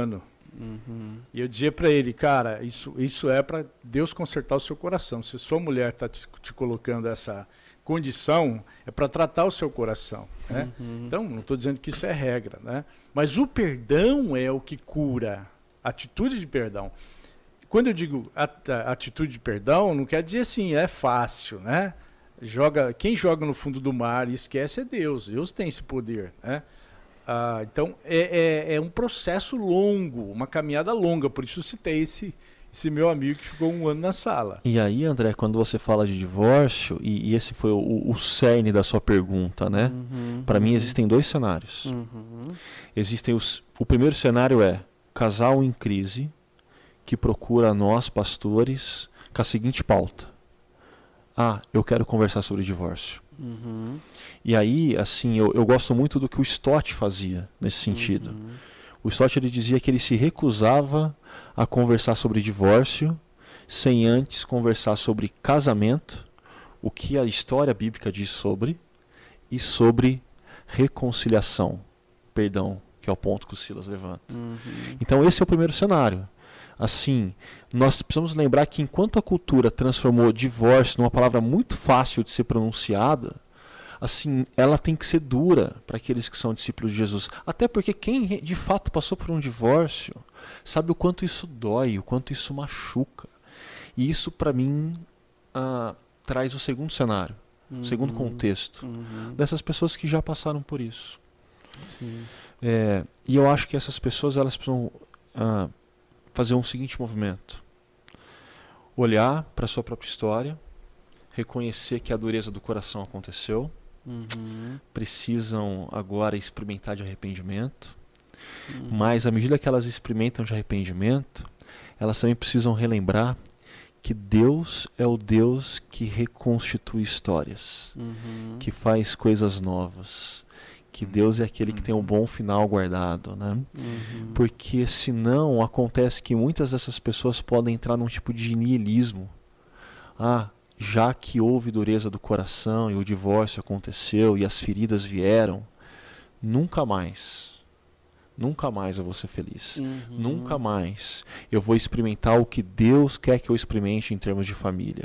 Uhum. E eu dizia para ele, cara, isso, isso é para Deus consertar o seu coração. Se sua mulher está te, te colocando essa condição, é para tratar o seu coração. Né? Uhum. Então, não estou dizendo que isso é regra, né? Mas o perdão é o que cura. A atitude de perdão. Quando eu digo at atitude de perdão, não quer dizer assim, é fácil, né? Joga, quem joga no fundo do mar e esquece é Deus. Deus tem esse poder, né? Ah, então, é, é, é um processo longo, uma caminhada longa. Por isso eu citei esse, esse meu amigo que ficou um ano na sala. E aí, André, quando você fala de divórcio, e, e esse foi o, o cerne da sua pergunta, né? Uhum. Para uhum. mim existem dois cenários. Uhum. Existem os, o primeiro cenário é casal em crise que procura nós, pastores, com a seguinte pauta. Ah, eu quero conversar sobre divórcio. Uhum. E aí, assim, eu, eu gosto muito do que o Stott fazia nesse sentido. Uhum. O Stott, ele dizia que ele se recusava a conversar sobre divórcio sem antes conversar sobre casamento, o que a história bíblica diz sobre, e sobre reconciliação, perdão, que é o ponto que o Silas levanta. Uhum. Então esse é o primeiro cenário. Assim, nós precisamos lembrar que enquanto a cultura transformou divórcio numa palavra muito fácil de ser pronunciada, assim, ela tem que ser dura para aqueles que são discípulos de Jesus. Até porque quem de fato passou por um divórcio sabe o quanto isso dói, o quanto isso machuca. E isso, para mim, ah, traz o segundo cenário, Uhum. o segundo contexto, Uhum. dessas pessoas que já passaram por isso. Sim. É, e eu acho que essas pessoas, elas precisam ah, fazer um seguinte movimento. Olhar para a sua própria história, reconhecer que a dureza do coração aconteceu, Uhum. precisam agora experimentar de arrependimento, Uhum. mas à medida que elas experimentam de arrependimento, elas também precisam relembrar que Deus é o Deus que reconstitui histórias, Uhum. que faz coisas novas, que Deus é aquele que tem um bom final guardado, né? Uhum. Porque senão acontece que muitas dessas pessoas podem entrar num tipo de niilismo. Ah, já que houve dureza do coração e o divórcio aconteceu e as feridas vieram, nunca mais, nunca mais eu vou ser feliz. Uhum. Nunca mais eu vou experimentar o que Deus quer que eu experimente em termos de família.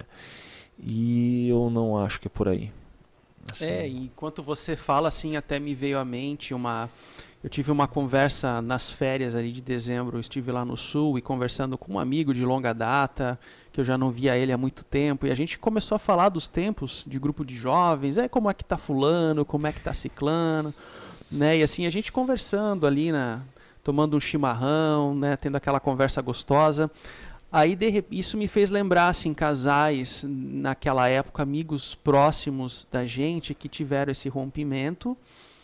E eu não acho que é por aí. Assim, É, enquanto você fala assim, até me veio à mente uma... Eu tive uma conversa nas férias ali de dezembro, eu estive lá no Sul e conversando com um amigo de longa data, que eu já não via ele há muito tempo, e a gente começou a falar dos tempos de grupo de jovens, é como é que tá fulano, como é que tá ciclano, né? E assim, a gente conversando ali, na, tomando um chimarrão, né, tendo aquela conversa gostosa. Aí de, isso me fez lembrar assim, casais naquela época, amigos próximos da gente que tiveram esse rompimento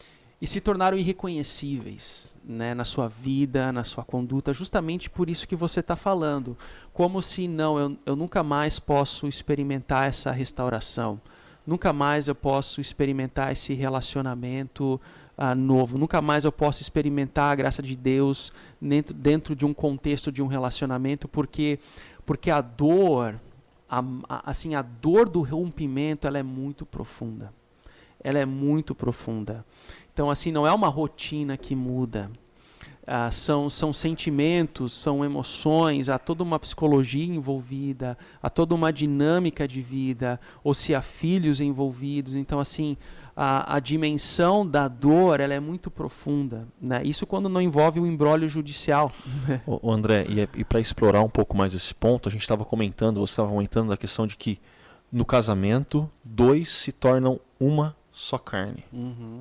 e se tornaram irreconhecíveis, né, na sua vida, na sua conduta, justamente por isso que você está falando. Como se não, eu, eu nunca mais posso experimentar essa restauração, nunca mais eu posso experimentar esse relacionamento uh, novo, nunca mais eu posso experimentar a graça de Deus dentro, dentro de um contexto de um relacionamento, porque, porque a dor, a, a, assim, a dor do rompimento, ela é muito profunda. Ela é muito profunda. Então, assim, não é uma rotina que muda. Ah, são, são sentimentos, são emoções, há toda uma psicologia envolvida, há toda uma dinâmica de vida, ou se há filhos envolvidos. Então, assim, a, a dimensão da dor, ela é muito profunda, né? Isso quando não envolve o imbróglio judicial. o, o André, e, e para explorar um pouco mais esse ponto, a gente estava comentando, você estava comentando da questão de que no casamento, dois se tornam uma só carne. Uhum.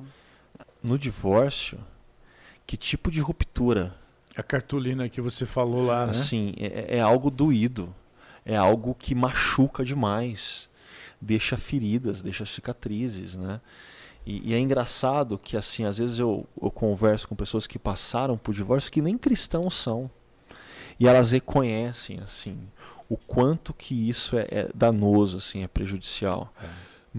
No divórcio, que tipo de ruptura? A cartolina que você falou lá, né? Assim, é, é algo doído, é algo que machuca demais, deixa feridas, deixa cicatrizes, né? E, e é engraçado que, assim, às vezes eu, eu converso com pessoas que passaram por divórcio que nem cristãos são, e elas reconhecem, assim, o quanto que isso é, é danoso, assim, é prejudicial. É.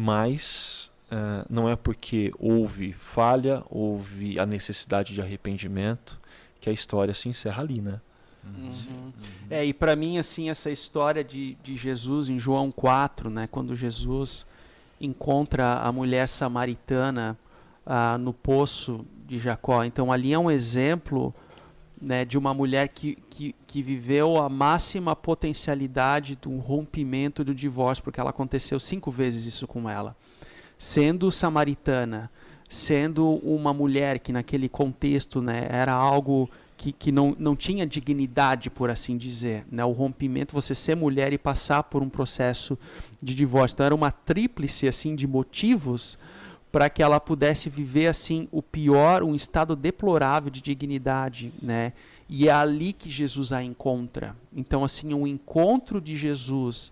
Mas uh, não é porque houve falha, houve a necessidade de arrependimento, que a história se encerra ali, né? Uhum. Uhum. É, e para mim, assim, essa história de, de Jesus em João quatro, né, quando Jesus encontra a mulher samaritana uh, no poço de Jacó, então ali é um exemplo né, de uma mulher que, que, que viveu a máxima potencialidade do rompimento do divórcio, porque ela aconteceu cinco vezes isso com ela. Sendo samaritana, sendo uma mulher que naquele contexto, né, era algo que, que não, não tinha dignidade, por assim dizer. Né, o rompimento, você ser mulher e passar por um processo de divórcio. Então era uma tríplice assim, de motivos para que ela pudesse viver assim o pior, um estado deplorável de dignidade, né? E é ali que Jesus a encontra. Então, assim, um encontro de Jesus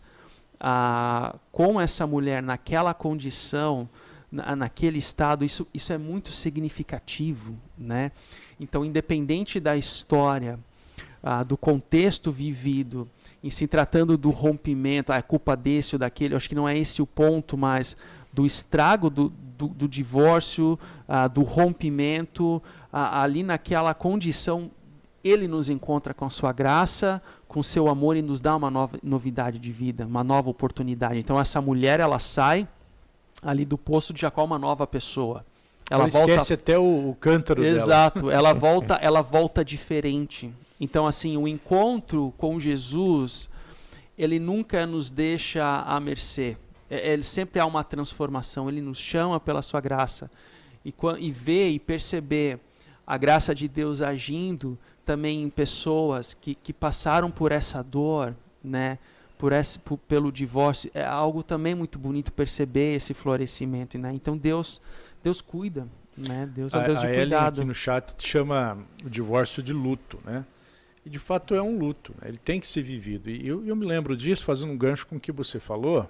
ah, com essa mulher naquela condição, na, naquele estado, isso, isso é muito significativo, né? Então, independente da história, ah, do contexto vivido, em se tratando do rompimento, ah, é culpa desse ou daquele, eu acho que não é esse o ponto, mas do estrago do, do, do divórcio, uh, do rompimento, uh, ali naquela condição, ele nos encontra com a sua graça, com seu amor e nos dá uma nova novidade de vida, uma nova oportunidade. Então essa mulher, ela sai ali do poço de Jacó uma nova pessoa. Ela, ela volta... esquece até o, o cântaro dela. Exato, ela volta, ela volta diferente. Então assim, o encontro com Jesus, ele nunca nos deixa à mercê. Ele sempre há uma transformação, ele nos chama pela sua graça. E, e ver e perceber a graça de Deus agindo também em pessoas que, que passaram por essa dor, né, por esse, por, pelo divórcio, é algo também muito bonito perceber esse florescimento. Né? Então Deus, Deus cuida, né? Deus é um Deus a, de a Ellen cuidado. Aqui no chat chama o divórcio de luto, né? E de fato é um luto, né? Ele tem que ser vivido. E eu, eu me lembro disso, fazendo um gancho com o que você falou,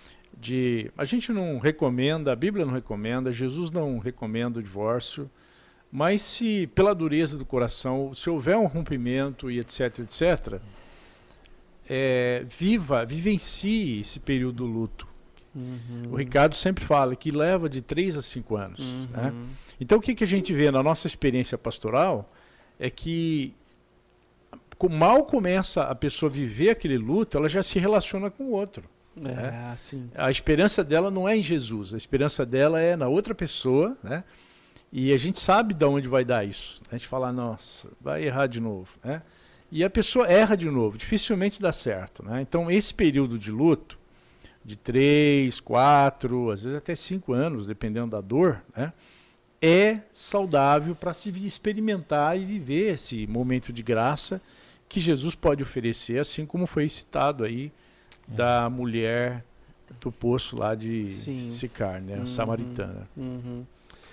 de a gente não recomenda, a Bíblia não recomenda, Jesus não recomenda o divórcio, mas se pela dureza do coração, se houver um rompimento e etc, etc, é, viva, vivencie esse período do luto. Uhum. O Ricardo sempre fala que leva de três a cinco anos. Uhum. Né? Então o que, que a gente vê na nossa experiência pastoral é que mal começa a pessoa a viver aquele luto, ela já se relaciona com o outro. É, né? Assim. A esperança dela não é em Jesus, a esperança dela é na outra pessoa, né? E a gente sabe de onde vai dar isso. A gente fala, nossa, vai errar de novo, né? E a pessoa erra de novo, dificilmente dá certo, né? Então esse período de luto, de três, quatro, às vezes até cinco anos, dependendo da dor, né? É saudável para se experimentar e viver esse momento de graça que Jesus pode oferecer, assim como foi citado aí da mulher do poço lá de Sim. Sicar, né, uhum, samaritana. Uhum.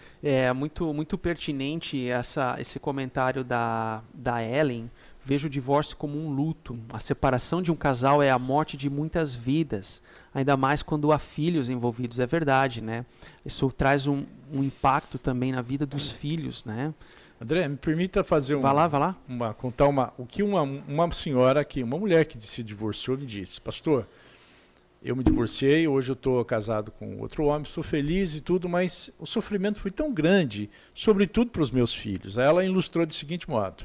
É muito, muito pertinente essa, esse comentário da, da Ellen. Vejo o divórcio como um luto. A separação de um casal é a morte de muitas vidas, ainda mais quando há filhos envolvidos. É verdade, né? Isso traz um, um impacto também na vida dos filhos, né? André, me permita fazer um, vai lá, vai lá. Uma, contar uma, o que uma, uma senhora aqui, uma mulher que se divorciou me disse: pastor, eu me divorciei, hoje eu estou casado com outro homem, sou feliz e tudo, mas o sofrimento foi tão grande, sobretudo para os meus filhos. Aí ela ilustrou do seguinte modo: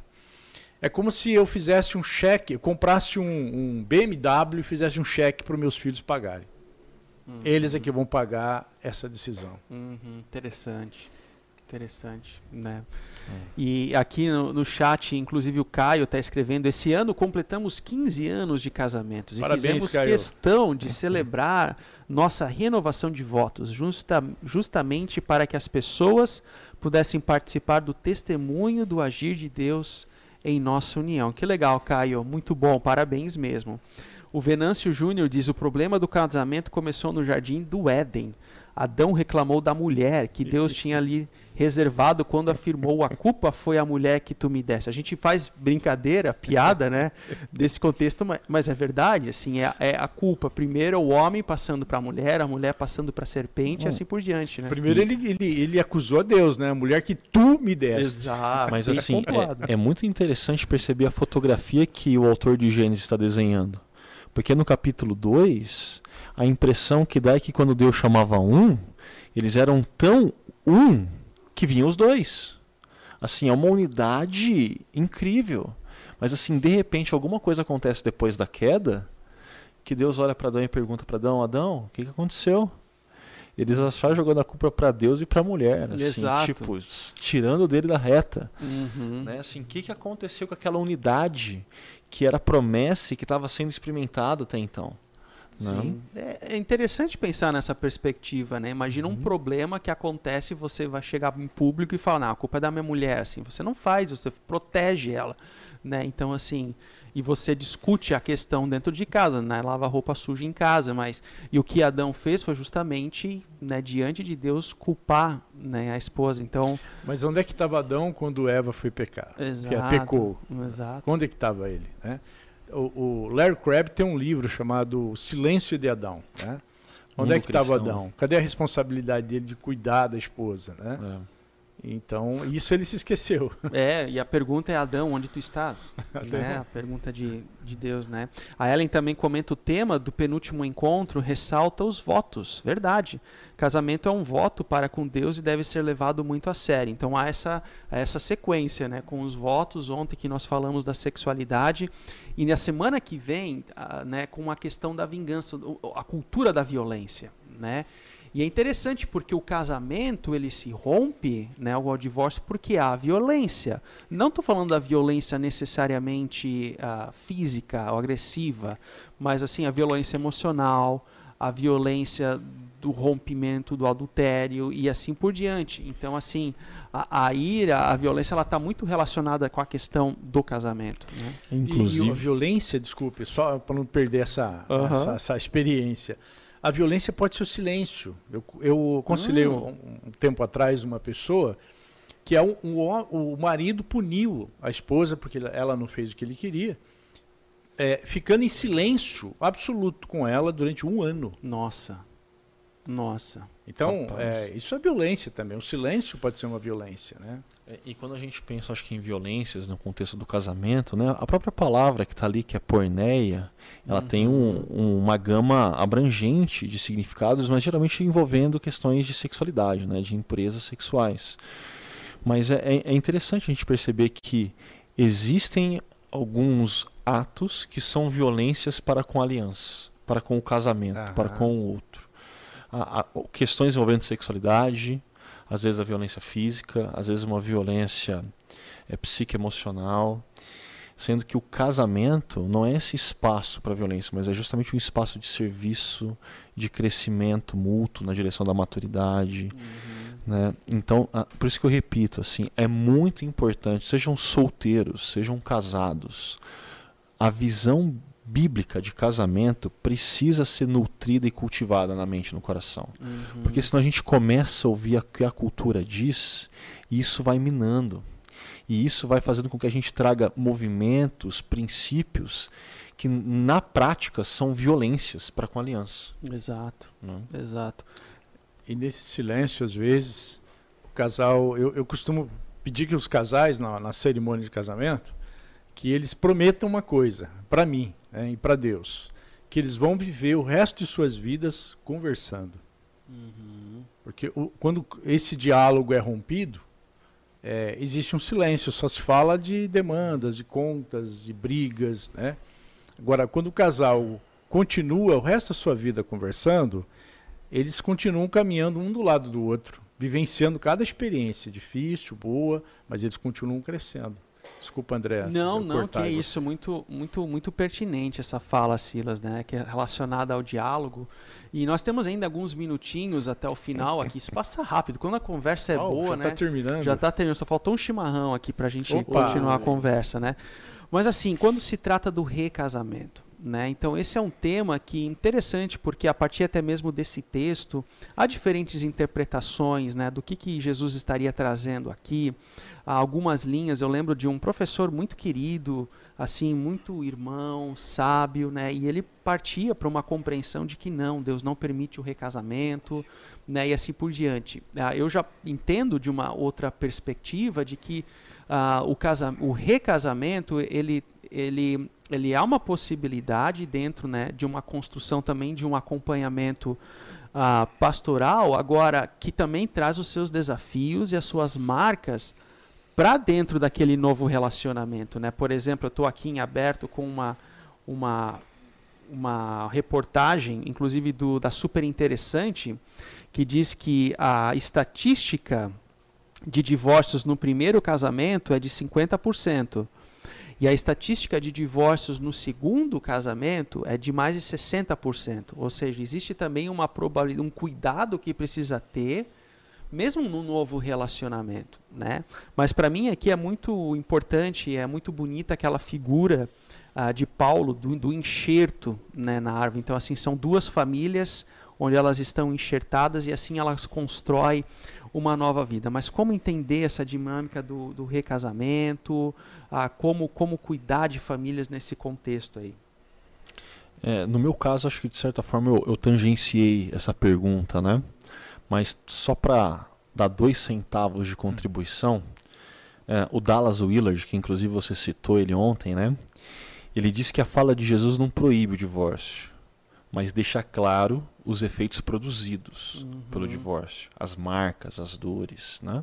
é como se eu fizesse um cheque, eu comprasse um, um B M W e fizesse um cheque para os meus filhos pagarem. Uhum. Eles é que vão pagar essa decisão. Uhum. Interessante. Interessante, né? É. E aqui no, no chat, inclusive o Caio está escrevendo: esse ano completamos quinze anos de casamentos. Parabéns, e fizemos Caio. questão de celebrar nossa renovação de votos, justa, justamente para que as pessoas pudessem participar do testemunho do agir de Deus em nossa união. Que legal, Caio, muito bom, parabéns mesmo. O Venâncio Júnior diz: o problema do casamento começou no jardim do Éden. Adão reclamou da mulher que Deus tinha ali reservado quando afirmou: a culpa foi a mulher que tu me deste. A gente faz brincadeira, piada, né, desse contexto, mas, mas é verdade, assim, é, é a culpa. Primeiro o homem passando para a mulher, a mulher passando para a serpente, e assim por diante, né? Primeiro ele, ele, ele acusou a Deus, né, a mulher que tu me deste. Exato. Mas assim, é, é muito interessante perceber a fotografia que o autor de Gênesis está desenhando. Porque no capítulo dois, a impressão que dá é que quando Deus chamava um, eles eram tão um que vinham os dois. Assim, é uma unidade incrível. Mas assim, de repente, alguma coisa acontece depois da queda, que Deus olha para Adão e pergunta para Adão: Adão, o que, que aconteceu? eles acharam jogando a culpa para Deus e para a mulher, assim, Exato. tipo, tirando dele da reta. Uhum. Né? Assim, o que, que aconteceu com aquela unidade que era promessa e que estava sendo experimentada até então? Sim. É, é interessante pensar nessa perspectiva, né? Imagina um Uhum. problema que acontece e você vai chegar em público e falar, não, a culpa é da minha mulher, assim. Você não faz, você protege ela, né? Então, assim, e você discute a questão dentro de casa, né? Lava roupa suja em casa, mas... E o que Adão fez foi justamente, né, diante de Deus, culpar, né, a esposa. Então... Mas onde é que estava Adão quando Eva foi pecar? Exato. Que ela pecou. Exato. Onde é que estava ele, né? O, o Larry Crabb tem um livro chamado O Silêncio de Adão, né? Onde Mundo é que estava cristão. Adão? Cadê a responsabilidade dele de cuidar da esposa, né? É. Então, isso ele se esqueceu. É, e a pergunta é, Adão, onde tu estás? Né? A pergunta de, de Deus, né? A Ellen também comenta o tema do penúltimo encontro, ressalta os votos. Verdade. Casamento é um voto para com Deus e deve ser levado muito a sério. Então há essa, essa sequência, né? Com os votos, ontem que nós falamos da sexualidade, e na semana que vem, a, né, com a questão da vingança, a cultura da violência, né? E é interessante porque o casamento, ele se rompe, né, o divórcio, porque há violência. Não estou falando da violência necessariamente uh, física ou agressiva, mas assim, a violência emocional, a violência do rompimento, do adultério e assim por diante. Então, assim, a, a ira, a violência, ela está muito relacionada com a questão do casamento, né? Inclusive... E, e a violência, desculpe, só para não perder essa, Uhum. essa, essa experiência. A violência pode ser o silêncio. Eu, eu aconselhei Hum. um, um tempo atrás uma pessoa que é um, um, o marido puniu a esposa porque ela não fez o que ele queria, é, ficando em silêncio absoluto com ela durante um ano. Nossa, nossa. Então, Rapaz. é, isso é violência também. O silêncio pode ser uma violência, né? É, e quando a gente pensa, acho que em violências no contexto do casamento, né, a própria palavra que está ali, que é porneia, ela Uhum. tem um, um, uma gama abrangente de significados, mas geralmente envolvendo questões de sexualidade, né, de impurezas sexuais. Mas é, é interessante a gente perceber que existem alguns atos que são violências para com a aliança, para com o casamento, Aham. para com o outro. A, a, questões envolvendo sexualidade, às vezes a violência física, às vezes uma violência é, psicoemocional, sendo que o casamento não é esse espaço para violência, mas é justamente um espaço de serviço, de crescimento mútuo na direção da maturidade. Uhum. Né? Então, a, por isso que eu repito, assim, é muito importante, sejam solteiros, sejam casados, a visão bíblica de casamento precisa ser nutrida e cultivada na mente e no coração. Uhum. Porque senão a gente começa a ouvir o que a cultura diz e isso vai minando. E isso vai fazendo com que a gente traga movimentos, princípios que na prática são violências para com a aliança. Exato, Né? exato. E nesse silêncio, às vezes, o casal... Eu, eu costumo pedir que os casais, na, na cerimônia de casamento, que eles prometam uma coisa, para mim, né, e para Deus, que eles vão viver o resto de suas vidas conversando. Uhum. Porque o, quando esse diálogo é rompido, é, existe um silêncio, só se fala de demandas, de contas, de brigas, né? Agora, quando o casal continua o resto da sua vida conversando, eles continuam caminhando um do lado do outro, vivenciando cada experiência, difícil, boa, mas eles continuam crescendo. Desculpa, André. Não, eu não, que cortar é você. isso, muito, muito, muito pertinente essa fala, Silas, né, que é relacionada ao diálogo. E nós temos ainda alguns minutinhos até o final aqui, isso passa rápido, quando a conversa é Oh, boa, já né? tá terminando. Já está terminando, só faltou um chimarrão aqui para a gente Opa! continuar a conversa, né? Mas assim, quando se trata do recasamento, né? Então esse é um tema que é interessante, porque a partir até mesmo desse texto, há diferentes interpretações, né, do que, que Jesus estaria trazendo aqui. Há algumas linhas, eu lembro de um professor muito querido, assim, muito irmão, sábio, né, e ele partia para uma compreensão de que não, Deus não permite o recasamento, né, e assim por diante. Ah, eu já entendo de uma outra perspectiva de que ah, o, casa, o recasamento, ele, ele, ele há uma possibilidade dentro, né, de uma construção também de um acompanhamento ah, pastoral, agora que também traz os seus desafios e as suas marcas para dentro daquele novo relacionamento, né? Por exemplo, eu estou aqui em aberto com uma, uma, uma reportagem, inclusive do, da Super Interessante, que diz que a estatística de divórcios no primeiro casamento é de cinquenta por cento. E a estatística de divórcios no segundo casamento é de mais de sessenta por cento. Ou seja, existe também uma probabilidade, um cuidado que precisa ter, mesmo no novo relacionamento, né? Mas para mim aqui é muito importante, é muito bonita aquela figura uh, de Paulo, do, do enxerto, né, na árvore. Então, assim, são duas famílias onde elas estão enxertadas e assim elas constroem uma nova vida. Mas como entender essa dinâmica do, do recasamento, uh, como, como cuidar de famílias nesse contexto aí? É, no meu caso, acho que de certa forma eu, eu tangenciei essa pergunta, né? Mas só para dar dois centavos de contribuição, é, o Dallas Willard, que inclusive você citou ele ontem, né? Ele disse que a fala de Jesus não proíbe o divórcio, mas deixa claro os efeitos produzidos uhum. pelo divórcio, as marcas, as dores, né?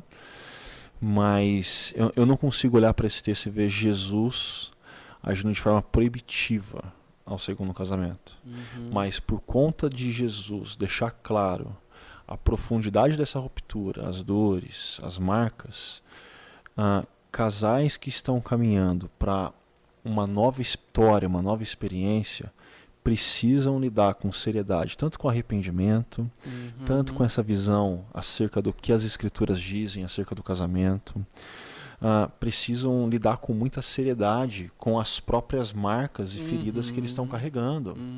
Mas eu, eu não consigo olhar para esse texto e ver Jesus agindo de forma proibitiva ao segundo casamento. Uhum. Mas por conta de Jesus deixar claro a profundidade dessa ruptura, as dores, as marcas, uh, casais que estão caminhando para uma nova história, uma nova experiência, precisam lidar com seriedade, tanto com arrependimento, uhum. tanto com essa visão acerca do que as escrituras dizem acerca do casamento. Uh, precisam lidar com muita seriedade com as próprias marcas e feridas uhum. que eles estão carregando. Uhum.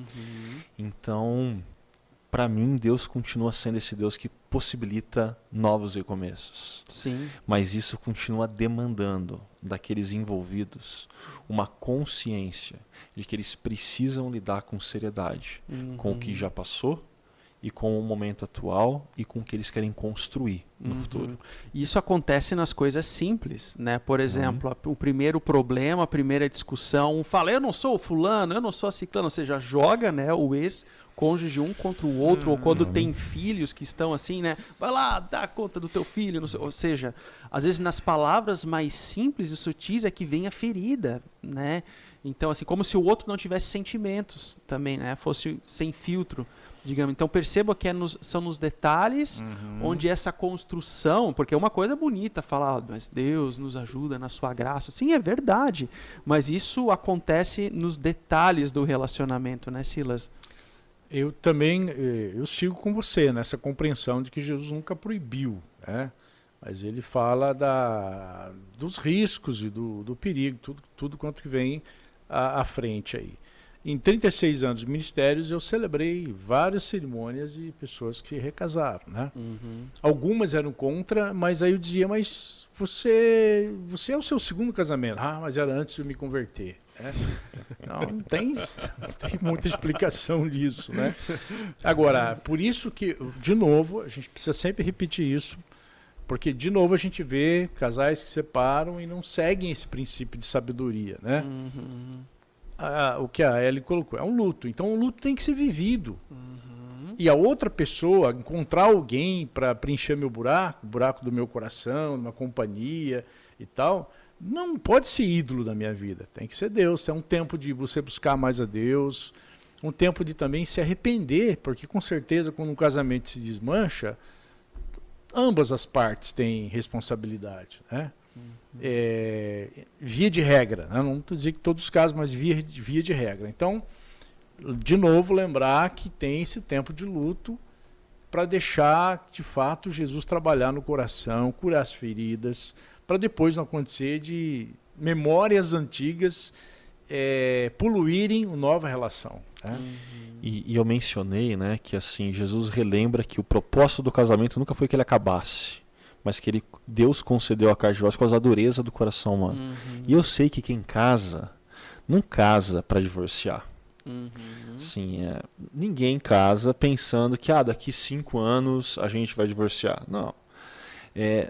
Então, para mim, Deus continua sendo esse Deus que possibilita novos recomeços. Sim. Mas isso continua demandando daqueles envolvidos uma consciência de que eles precisam lidar com seriedade uhum. com o que já passou e com o momento atual e com o que eles querem construir no uhum. futuro. Isso acontece nas coisas simples, né? Por exemplo, uhum. o primeiro problema, a primeira discussão, um fala, eu não sou o fulano, eu não sou a ciclano, ou seja, joga, né, o ex cônjuge um contra o outro, uhum. ou quando tem filhos que estão assim, né? Vai lá, dá conta do teu filho. Não sei, ou seja, às vezes nas palavras mais simples e sutis é que vem a ferida, né? Então, assim, como se o outro não tivesse sentimentos também, né? Fosse sem filtro, digamos. Então, perceba que é nos, são nos detalhes uhum. onde essa construção, porque é uma coisa bonita falar, mas Deus nos ajuda na sua graça. Sim, é verdade, mas isso acontece nos detalhes do relacionamento, né, Silas? Eu também, eu sigo com você nessa compreensão de que Jesus nunca proibiu, né? Mas ele fala da, dos riscos e do, do perigo, tudo, tudo quanto que vem à, à frente aí. Em trinta e seis anos de ministérios, eu celebrei várias cerimônias de pessoas que se recasaram, né? Uhum. Algumas eram contra, mas aí eu dizia, mas você, você é o seu segundo casamento. Ah, mas era antes de eu me converter. É. Não, não tem, não tem muita explicação disso, né? Agora, por isso que, de novo, a gente precisa sempre repetir isso, porque, de novo, a gente vê casais que separam e não seguem esse princípio de sabedoria, né? Uhum. Ah, o que a Ellie colocou, é um luto. Então, o luto tem que ser vivido. Uhum. E a outra pessoa, encontrar alguém para preencher meu buraco, o buraco do meu coração, uma companhia e tal... Não pode ser ídolo da minha vida, tem que ser Deus. É um tempo de você buscar mais a Deus, um tempo de também se arrepender, porque com certeza quando um casamento se desmancha, ambas as partes têm responsabilidade, né? Uhum. É, via de regra, né? Não estou dizendo que todos os casos, mas via, via de regra. Então, de novo, lembrar que tem esse tempo de luto para deixar, de fato, Jesus trabalhar no coração, curar as feridas, para depois não acontecer de memórias antigas é, poluírem uma nova relação. Né? Uhum. E, e eu mencionei, né, que assim, Jesus relembra que o propósito do casamento nunca foi que ele acabasse, mas que ele, Deus concedeu a carta de divórcio por causa da dureza do coração humano. Uhum. E eu sei que quem casa, não casa para divorciar. Uhum. Sim, é, ninguém casa pensando que ah, daqui cinco anos a gente vai divorciar. Não. É...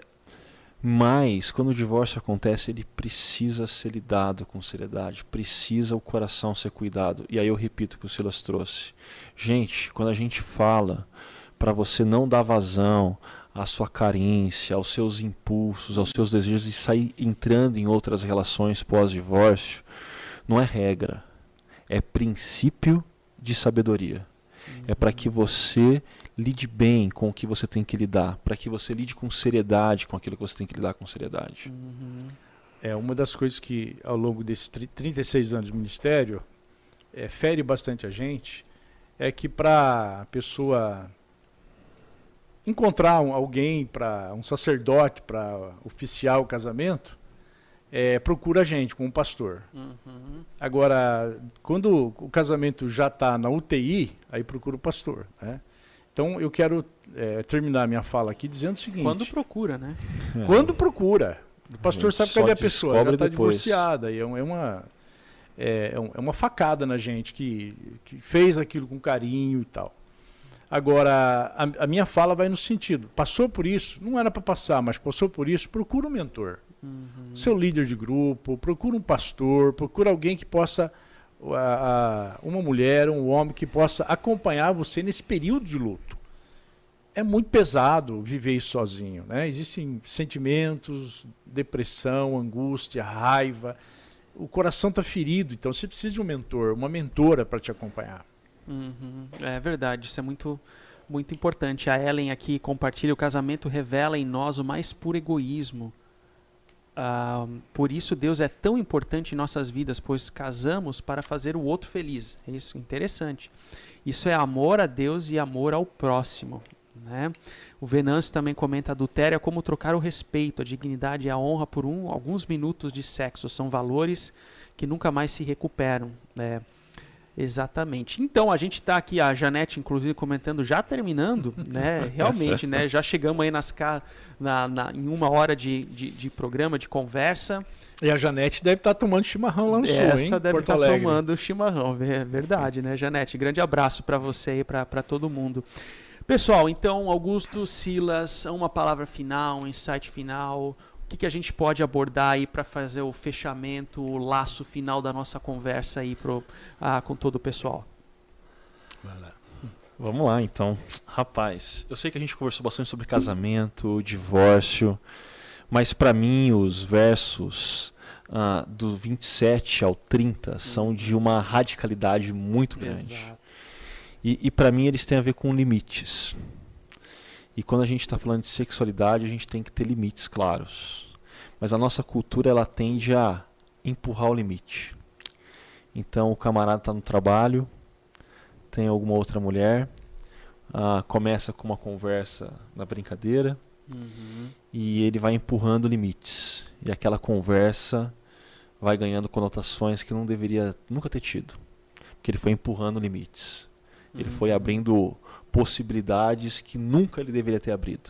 Mas, quando o divórcio acontece, ele precisa ser lidado com seriedade, precisa o coração ser cuidado. E aí eu repito o que o Silas trouxe. Gente, quando a gente fala para você não dar vazão à sua carência, aos seus impulsos, aos seus desejos e sair entrando em outras relações pós-divórcio, não é regra, é princípio de sabedoria. Uhum. É para que você lide bem com o que você tem que lidar, para que você lide com seriedade com aquilo que você tem que lidar com seriedade. Uhum. É uma das coisas que, ao longo desses trinta e seis anos de ministério, é, fere bastante a gente, é que para a pessoa encontrar um, alguém, para um sacerdote, para oficiar o casamento, é, procura a gente como pastor. Uhum. Agora, quando o casamento já está na U T I, aí procura o pastor, né? Então, eu quero é, terminar a minha fala aqui dizendo o seguinte... Quando procura, né? É. Quando procura. O pastor sabe cadê a pessoa, já está divorciada. E é uma, é, é uma facada na gente que, que fez aquilo com carinho e tal. Agora, a, a minha fala vai no sentido, passou por isso, não era para passar, mas passou por isso, procura um mentor. Uhum. Seu líder de grupo, procura um pastor, procura alguém que possa... A, a, uma mulher, um homem que possa acompanhar você nesse período de luto. É muito pesado viver isso sozinho, né? Existem sentimentos, depressão, angústia, raiva. O coração está ferido, então você precisa de um mentor, uma mentora para te acompanhar. Uhum. É verdade, isso é muito, muito importante. A Ellen aqui compartilha: o casamento revela em nós o mais puro egoísmo. Uh, por isso Deus é tão importante em nossas vidas, pois casamos para fazer o outro feliz. É isso, interessante. Isso é amor a Deus e amor ao próximo, né? O Venâncio também comenta: adultério é como trocar o respeito, a dignidade e a honra por um, alguns minutos de sexo. São valores que nunca mais se recuperam, né? Exatamente. Então, a gente está aqui, a Janete, inclusive, comentando, já terminando, né? Realmente, né? Já chegamos aí nas, na, na, em uma hora de, de, de programa, de conversa. E a Janete deve estar tá tomando chimarrão lá no Essa sul, hein? Essa deve estar tá tomando chimarrão, é verdade, né, Janete? Grande abraço para você e para todo mundo. Pessoal, então, Augusto, Silas, uma palavra final, um insight final... O que, que a gente pode abordar aí para fazer o fechamento, o laço final da nossa conversa aí pro, ah, com todo o pessoal? Vai lá. Vamos lá, então. Rapaz, eu sei que a gente conversou bastante sobre casamento, divórcio, mas para mim os versos ah, do vinte e sete ao trinta são de uma radicalidade muito grande. Exato. E, e para mim eles têm a ver com limites. E quando a gente está falando de sexualidade, a gente tem que ter limites claros. Mas a nossa cultura, ela tende a empurrar o limite. Então o camarada está no trabalho, tem alguma outra mulher, ah, começa com uma conversa na brincadeira, uhum. e ele vai empurrando limites. E aquela conversa vai ganhando conotações que não deveria nunca ter tido. Porque ele foi empurrando limites. Uhum. Ele foi abrindo possibilidades que nunca ele deveria ter abrido.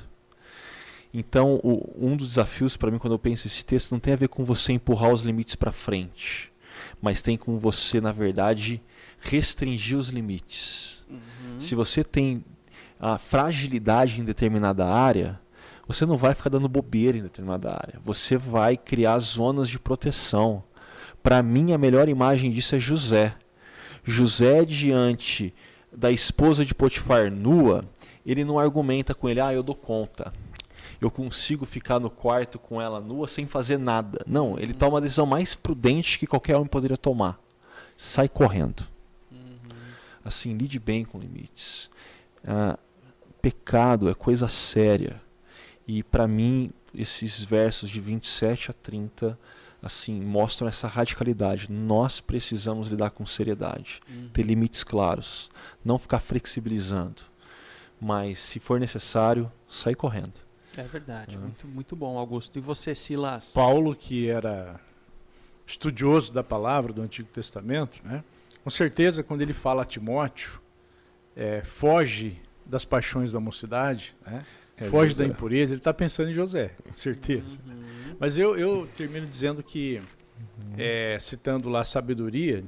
Então, o, um dos desafios para mim, quando eu penso nesse texto, não tem a ver com você empurrar os limites para frente, mas tem com você, na verdade, restringir os limites. Uhum. Se você tem a fragilidade em determinada área, você não vai ficar dando bobeira em determinada área. Você vai criar zonas de proteção. Para mim, a melhor imagem disso é José. José, diante da esposa de Potifar nua, ele não argumenta com ele: ah, eu dou conta, eu consigo ficar no quarto com ela nua sem fazer nada. Não, ele toma uma decisão mais prudente que qualquer homem poderia tomar: sai correndo. Uhum. Assim, lide bem com limites. Ah, pecado é coisa séria, e para mim esses versos de vinte e sete a trinta assim, mostram essa radicalidade. Nós precisamos lidar com seriedade, uhum. ter limites claros, não ficar flexibilizando, mas se for necessário, sair correndo. É verdade, uhum. muito, muito bom, Augusto. E você, Silas? Paulo, que era estudioso da palavra do Antigo Testamento, né? Com certeza, quando ele fala a Timóteo, é, foge das paixões da mocidade, né? É foge José. Da impureza, ele está pensando em José, com certeza. Uhum. Mas eu, eu termino dizendo que, uhum. é, citando lá a sabedoria,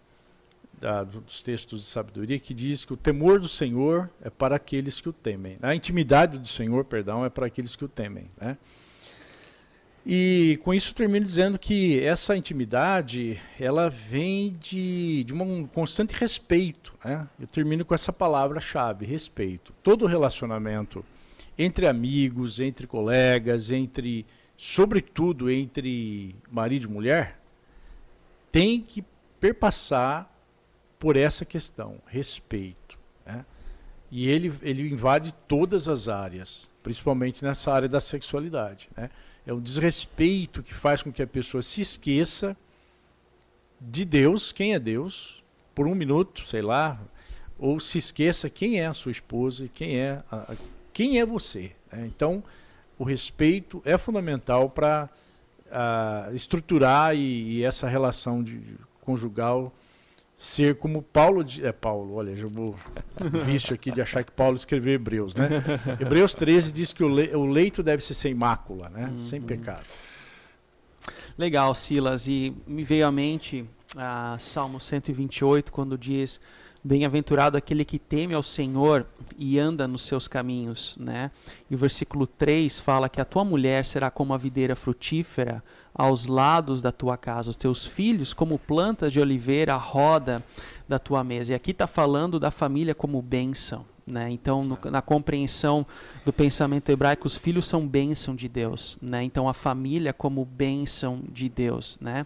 da, dos textos de sabedoria, que diz que o temor do Senhor é para aqueles que o temem. A intimidade do Senhor, perdão, é para aqueles que o temem, né? E com isso eu termino dizendo que essa intimidade, ela vem de, de um constante respeito, né? Eu termino com essa palavra-chave, respeito. Todo relacionamento entre amigos, entre colegas, entre, sobretudo entre marido e mulher, tem que perpassar por essa questão, respeito, né? E ele, ele invade todas as áreas, principalmente nessa área da sexualidade, né? É um desrespeito que faz com que a pessoa se esqueça de Deus, quem é Deus, por um minuto, sei lá, ou se esqueça quem é a sua esposa, quem é, a, quem é você, né? Então, o respeito é fundamental para uh, estruturar e, e essa relação de, de conjugal ser como Paulo, é Paulo, olha, já vou vício aqui de achar que Paulo escreveu Hebreus, né? Hebreus treze diz que o, le, o leito deve ser sem mácula, né? Uhum. Sem pecado. Legal, Silas, e me veio à mente uh, Salmo cento e vinte e oito, quando diz: bem-aventurado aquele que teme ao Senhor e anda nos seus caminhos, né? E o versículo três fala que a tua mulher será como a videira frutífera aos lados da tua casa, os teus filhos como plantas de oliveira à roda da tua mesa. E aqui está falando da família como bênção, né? Então, no, na compreensão do pensamento hebraico, os filhos são bênção de Deus, né? Então, a família como bênção de Deus, né?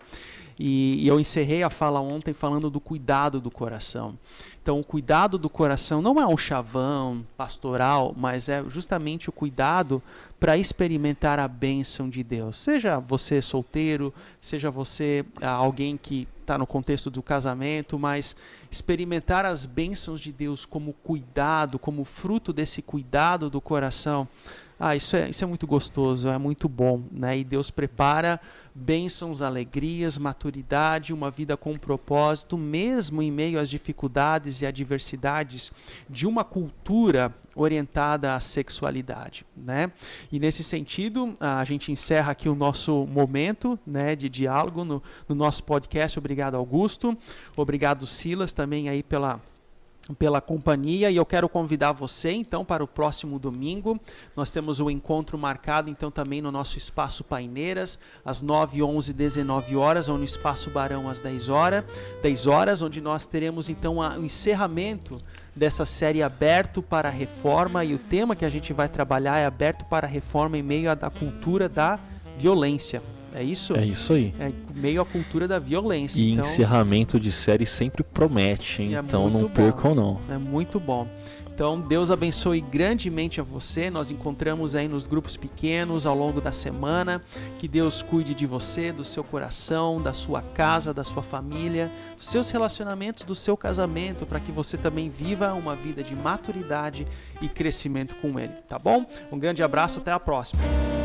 E, e eu encerrei a fala ontem falando do cuidado do coração. Então, o cuidado do coração não é um chavão pastoral, mas é justamente o cuidado para experimentar a bênção de Deus. Seja você solteiro, seja você ah, alguém que está no contexto do casamento, mas experimentar as bênçãos de Deus como cuidado, como fruto desse cuidado do coração. Ah, isso é, isso é muito gostoso, é muito bom, né? E Deus prepara bênçãos, alegrias, maturidade, uma vida com propósito, mesmo em meio às dificuldades e adversidades de uma cultura orientada à sexualidade, né? E nesse sentido, a gente encerra aqui o nosso momento, né, de diálogo no, no nosso podcast. Obrigado, Augusto. Obrigado, Silas, também aí pela... pela companhia, e eu quero convidar você então para o próximo domingo. Nós temos um encontro marcado então também no nosso Espaço Paineiras, às nove, onze e dezenove horas, ou no Espaço Barão às dez horas, dez horas, onde nós teremos então o encerramento dessa série Aberto para a Reforma, e o tema que a gente vai trabalhar é Aberto para a Reforma em meio à da cultura da violência. É isso? É isso aí. É meio à cultura da violência. E então, encerramento de série sempre promete, hein? É Então não bom. percam não. É muito bom. Então, Deus abençoe grandemente a você. Nós encontramos aí nos grupos pequenos ao longo da semana. Que Deus cuide de você, do seu coração, da sua casa, da sua família, dos seus relacionamentos, do seu casamento, para que você também viva uma vida de maturidade e crescimento com Ele, tá bom? Um grande abraço, até a próxima.